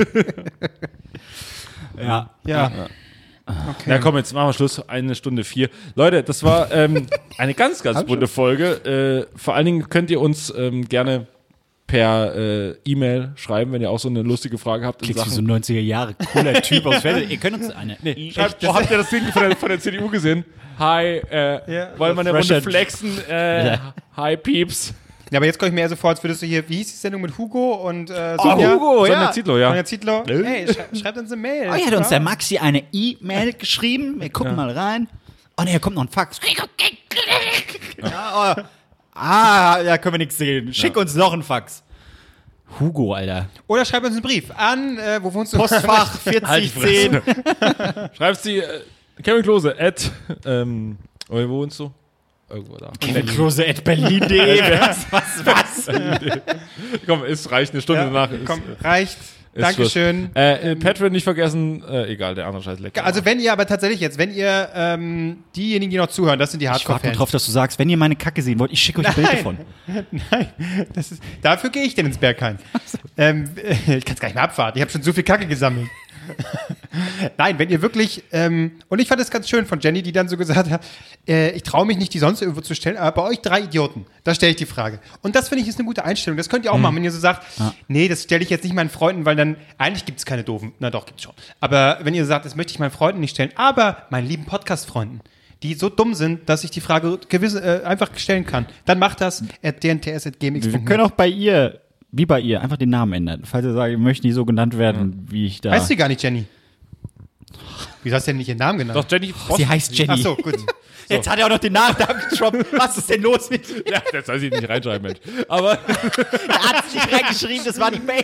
ja. ja. na komm, jetzt machen wir Schluss. Eine Stunde vier. Leute, das war ähm, eine ganz, ganz bunte Folge. Äh, vor allen Dingen könnt ihr uns ähm, gerne per äh, E-Mail schreiben, wenn ihr auch so eine lustige Frage habt. in Klingt wie so Sachen- ein neunziger Jahre cooler Typ aus Feld. Ihr könnt uns eine. Nee, Schreibt, oh, habt ihr das Ding von der, von der C D U gesehen? Hi, äh, Ja. wollen wir eine Fresher- Runde flexen? Äh, Ja. Hi, Pieps. Ja, aber jetzt komme ich mir eher so vor, als würdest du hier, wie hieß die Sendung mit Hugo und äh, Oh, Sonja? Hugo, Sonja ja. Zietlow, ja. Sonja Zietlow. Hey, schrei, schreibt uns eine Mail. Oh, hier hat uns der Maxi eine E-Mail geschrieben. Wir gucken mal rein. Oh ne, hier kommt noch ein Fax. Ja, oh. Ah, da können wir nichts sehen. Schick uns noch ein Fax. Hugo, Alter. Oder schreib uns einen Brief an, äh, wo wohnst du? Postfach Halt die vierzig zehn. Schreibst die äh, Kevin Klose at, ähm, oh, wo wohnst du? Irgendwo da. Klose at berlin punkt de. Was, was, was? Komm, es reicht eine Stunde Ja, danach. komm, Ist, reicht. ist Dankeschön. Schluss. Äh, äh, Patreon nicht vergessen. Äh, egal, der andere Scheiß lecker. Also wenn ihr aber tatsächlich jetzt, wenn ihr ähm, diejenigen, die noch zuhören, das sind die Ich warte nur Hardcore-Fans. drauf, dass du sagst, wenn ihr meine Kacke sehen wollt, ich schicke euch ein Bild Nein. davon. Nein, das ist, dafür gehe ich denn ins Berghain. ähm, ich kann es gar nicht mehr abwarten. Ich habe schon so viel Kacke gesammelt. Nein, wenn ihr wirklich, ähm, und ich fand es ganz schön von Jenny, die dann so gesagt hat, äh, ich traue mich nicht, die sonst irgendwo zu stellen, aber bei euch drei Idioten, da stelle ich die Frage. Und das finde ich ist eine gute Einstellung. Das könnt ihr auch machen, wenn ihr so sagt, nee, das stelle ich jetzt nicht meinen Freunden, weil dann, eigentlich gibt es keine doofen, na doch, gibt's schon. Aber wenn ihr sagt, das möchte ich meinen Freunden nicht stellen, aber meinen lieben Podcast-Freunden, die so dumm sind, dass ich die Frage gewisse, äh, einfach stellen kann, dann macht das at d n t s at g m x Wir punkt können net. auch bei ihr, wie bei ihr, einfach den Namen ändern. Falls ihr sagt, ihr möchtet nicht so genannt werden, wie ich da. Heißt sie gar nicht Jenny? Wieso hast du denn nicht ihren Namen genannt? Doch, Jenny Frost. Sie heißt Jenny. Ach so, gut. Jetzt hat er auch noch den Nachnamen getroppt. Was ist denn los mit ihm? Ja, das soll ich nicht reinschreiben, Mensch. Aber Er hat es nicht reingeschrieben, das war die Mail.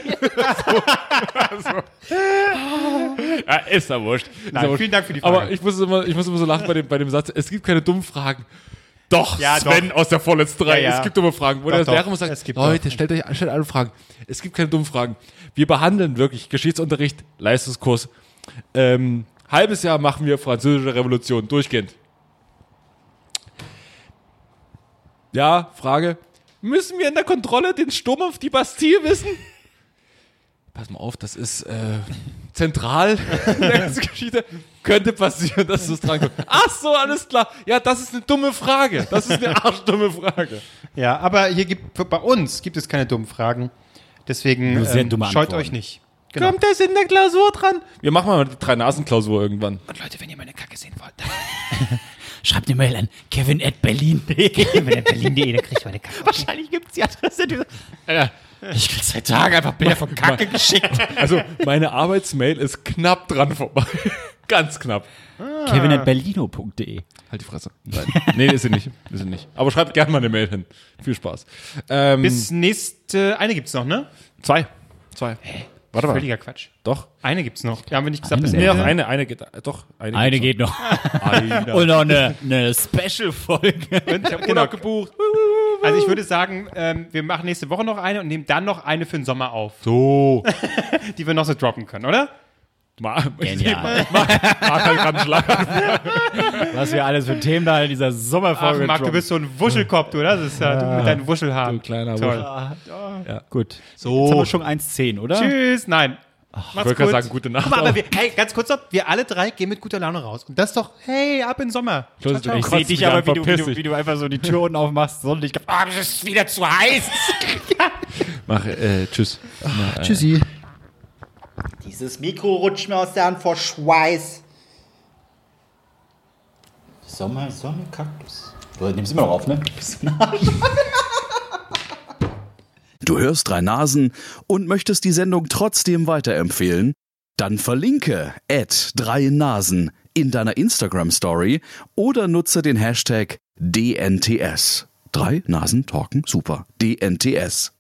ja, ist ja wurscht. Ist Nein, ja wurscht. vielen Dank für die Frage. Aber ich muss immer, ich muss immer so lachen bei dem, bei dem Satz, es gibt keine dummen Fragen. Doch, Ja, Sven doch. aus der vorletzten Reihe. Ja, ja. Es gibt dumme Fragen. Wo Doch, der doch. Lehrer muss sagen, Es gibt Leute, stellt euch stellt alle Fragen. Es gibt keine dummen Fragen. Wir behandeln wirklich Geschichtsunterricht, Leistungskurs. Ähm, halbes Jahr machen wir Französische Revolution durchgehend. Ja, Frage. Müssen wir in der Kontrolle den Sturm auf die Bastille wissen? Pass mal auf, das ist äh, zentral in der ganzen Geschichte. Könnte passieren, dass es dran kommt. Ach so, alles klar. Ja, das ist eine dumme Frage. Das ist eine arschdumme Frage. Ja, aber hier gibt, für- bei uns gibt es keine dummen Fragen. Deswegen Nur sehr ähm, dumme scheut Antworten. euch nicht. Genau. Kommt das in der Klausur dran? Wir machen mal die Drei-Nasen-Klausur irgendwann. Und Leute, wenn ihr meine Kacke sehen wollt, Schreibt eine Mail an kevin at berlin punkt de. dann wenn ihr berlin punkt de, dann kriegt ihr meine Kacke. Wahrscheinlich gibt es die Adresse. Die ich krieg seit Tagen einfach Bilder von Kacke geschickt. Also, meine Arbeitsmail ist knapp dran vorbei. Ganz knapp. kevin at berlino punkt de. Halt die Fresse. Nein. Nee, ist sie nicht. Ist sie nicht. Aber schreibt gerne mal eine Mail hin. Viel Spaß. Ähm, Bis nächste, eine gibt's noch, ne? zwei. Zwei. Warte mal. Völliger Quatsch. Doch. Eine gibt's noch. Ja, haben wir nicht gesagt, Eine? bis Nee, Ende. doch, eine, eine geht. Doch, eine, Eine gibt's geht noch. noch. Eine. Und noch eine, eine Special-Folge. Ich hab Urlaub gebucht. Also ich würde sagen, ähm, wir machen nächste Woche noch eine und nehmen dann noch eine für den Sommer auf, So. die wir noch so droppen können, oder? Marc Genial. hat halt gerade einen Schlag. Was wir alles für Themen da in dieser Ach, Sommerfolge Marc, du bist so ein Wuschelkopf, du, oder? Das ist ja, du mit deinen Wuschelhaaren. Du kleiner Toll. Wuschel. Gut. So. Jetzt haben wir schon eins zehn, oder? Tschüss. Nein. Ich Macht's wollte gerade gut. sagen, gute Nacht. Guck mal, aber auch. wir, hey, ganz kurz noch, wir alle drei gehen mit guter Laune raus. Und das ist doch, hey, ab in den Sommer. Klose, Ciao, ciao. Ich Kotzt sehe dich mich aber, an, wie du, wie, verpiss du, dich. wie du einfach so die Tür unten aufmachst. Sonnenlicht. Ah, das ist wieder zu heiß. Mach, äh, tschüss. Tschüssi. Dieses Mikro rutscht mir aus der Hand vor Schweiß. Sommer, Sonne, Kaktus. Du nimmst immer noch auf, ne? Bist du ein Arsch? Du hörst drei Nasen und möchtest die Sendung trotzdem weiterempfehlen? Dann verlinke at drei Nasen in deiner Instagram-Story oder nutze den Hashtag D N T S. Drei Nasen talken super. D N T S.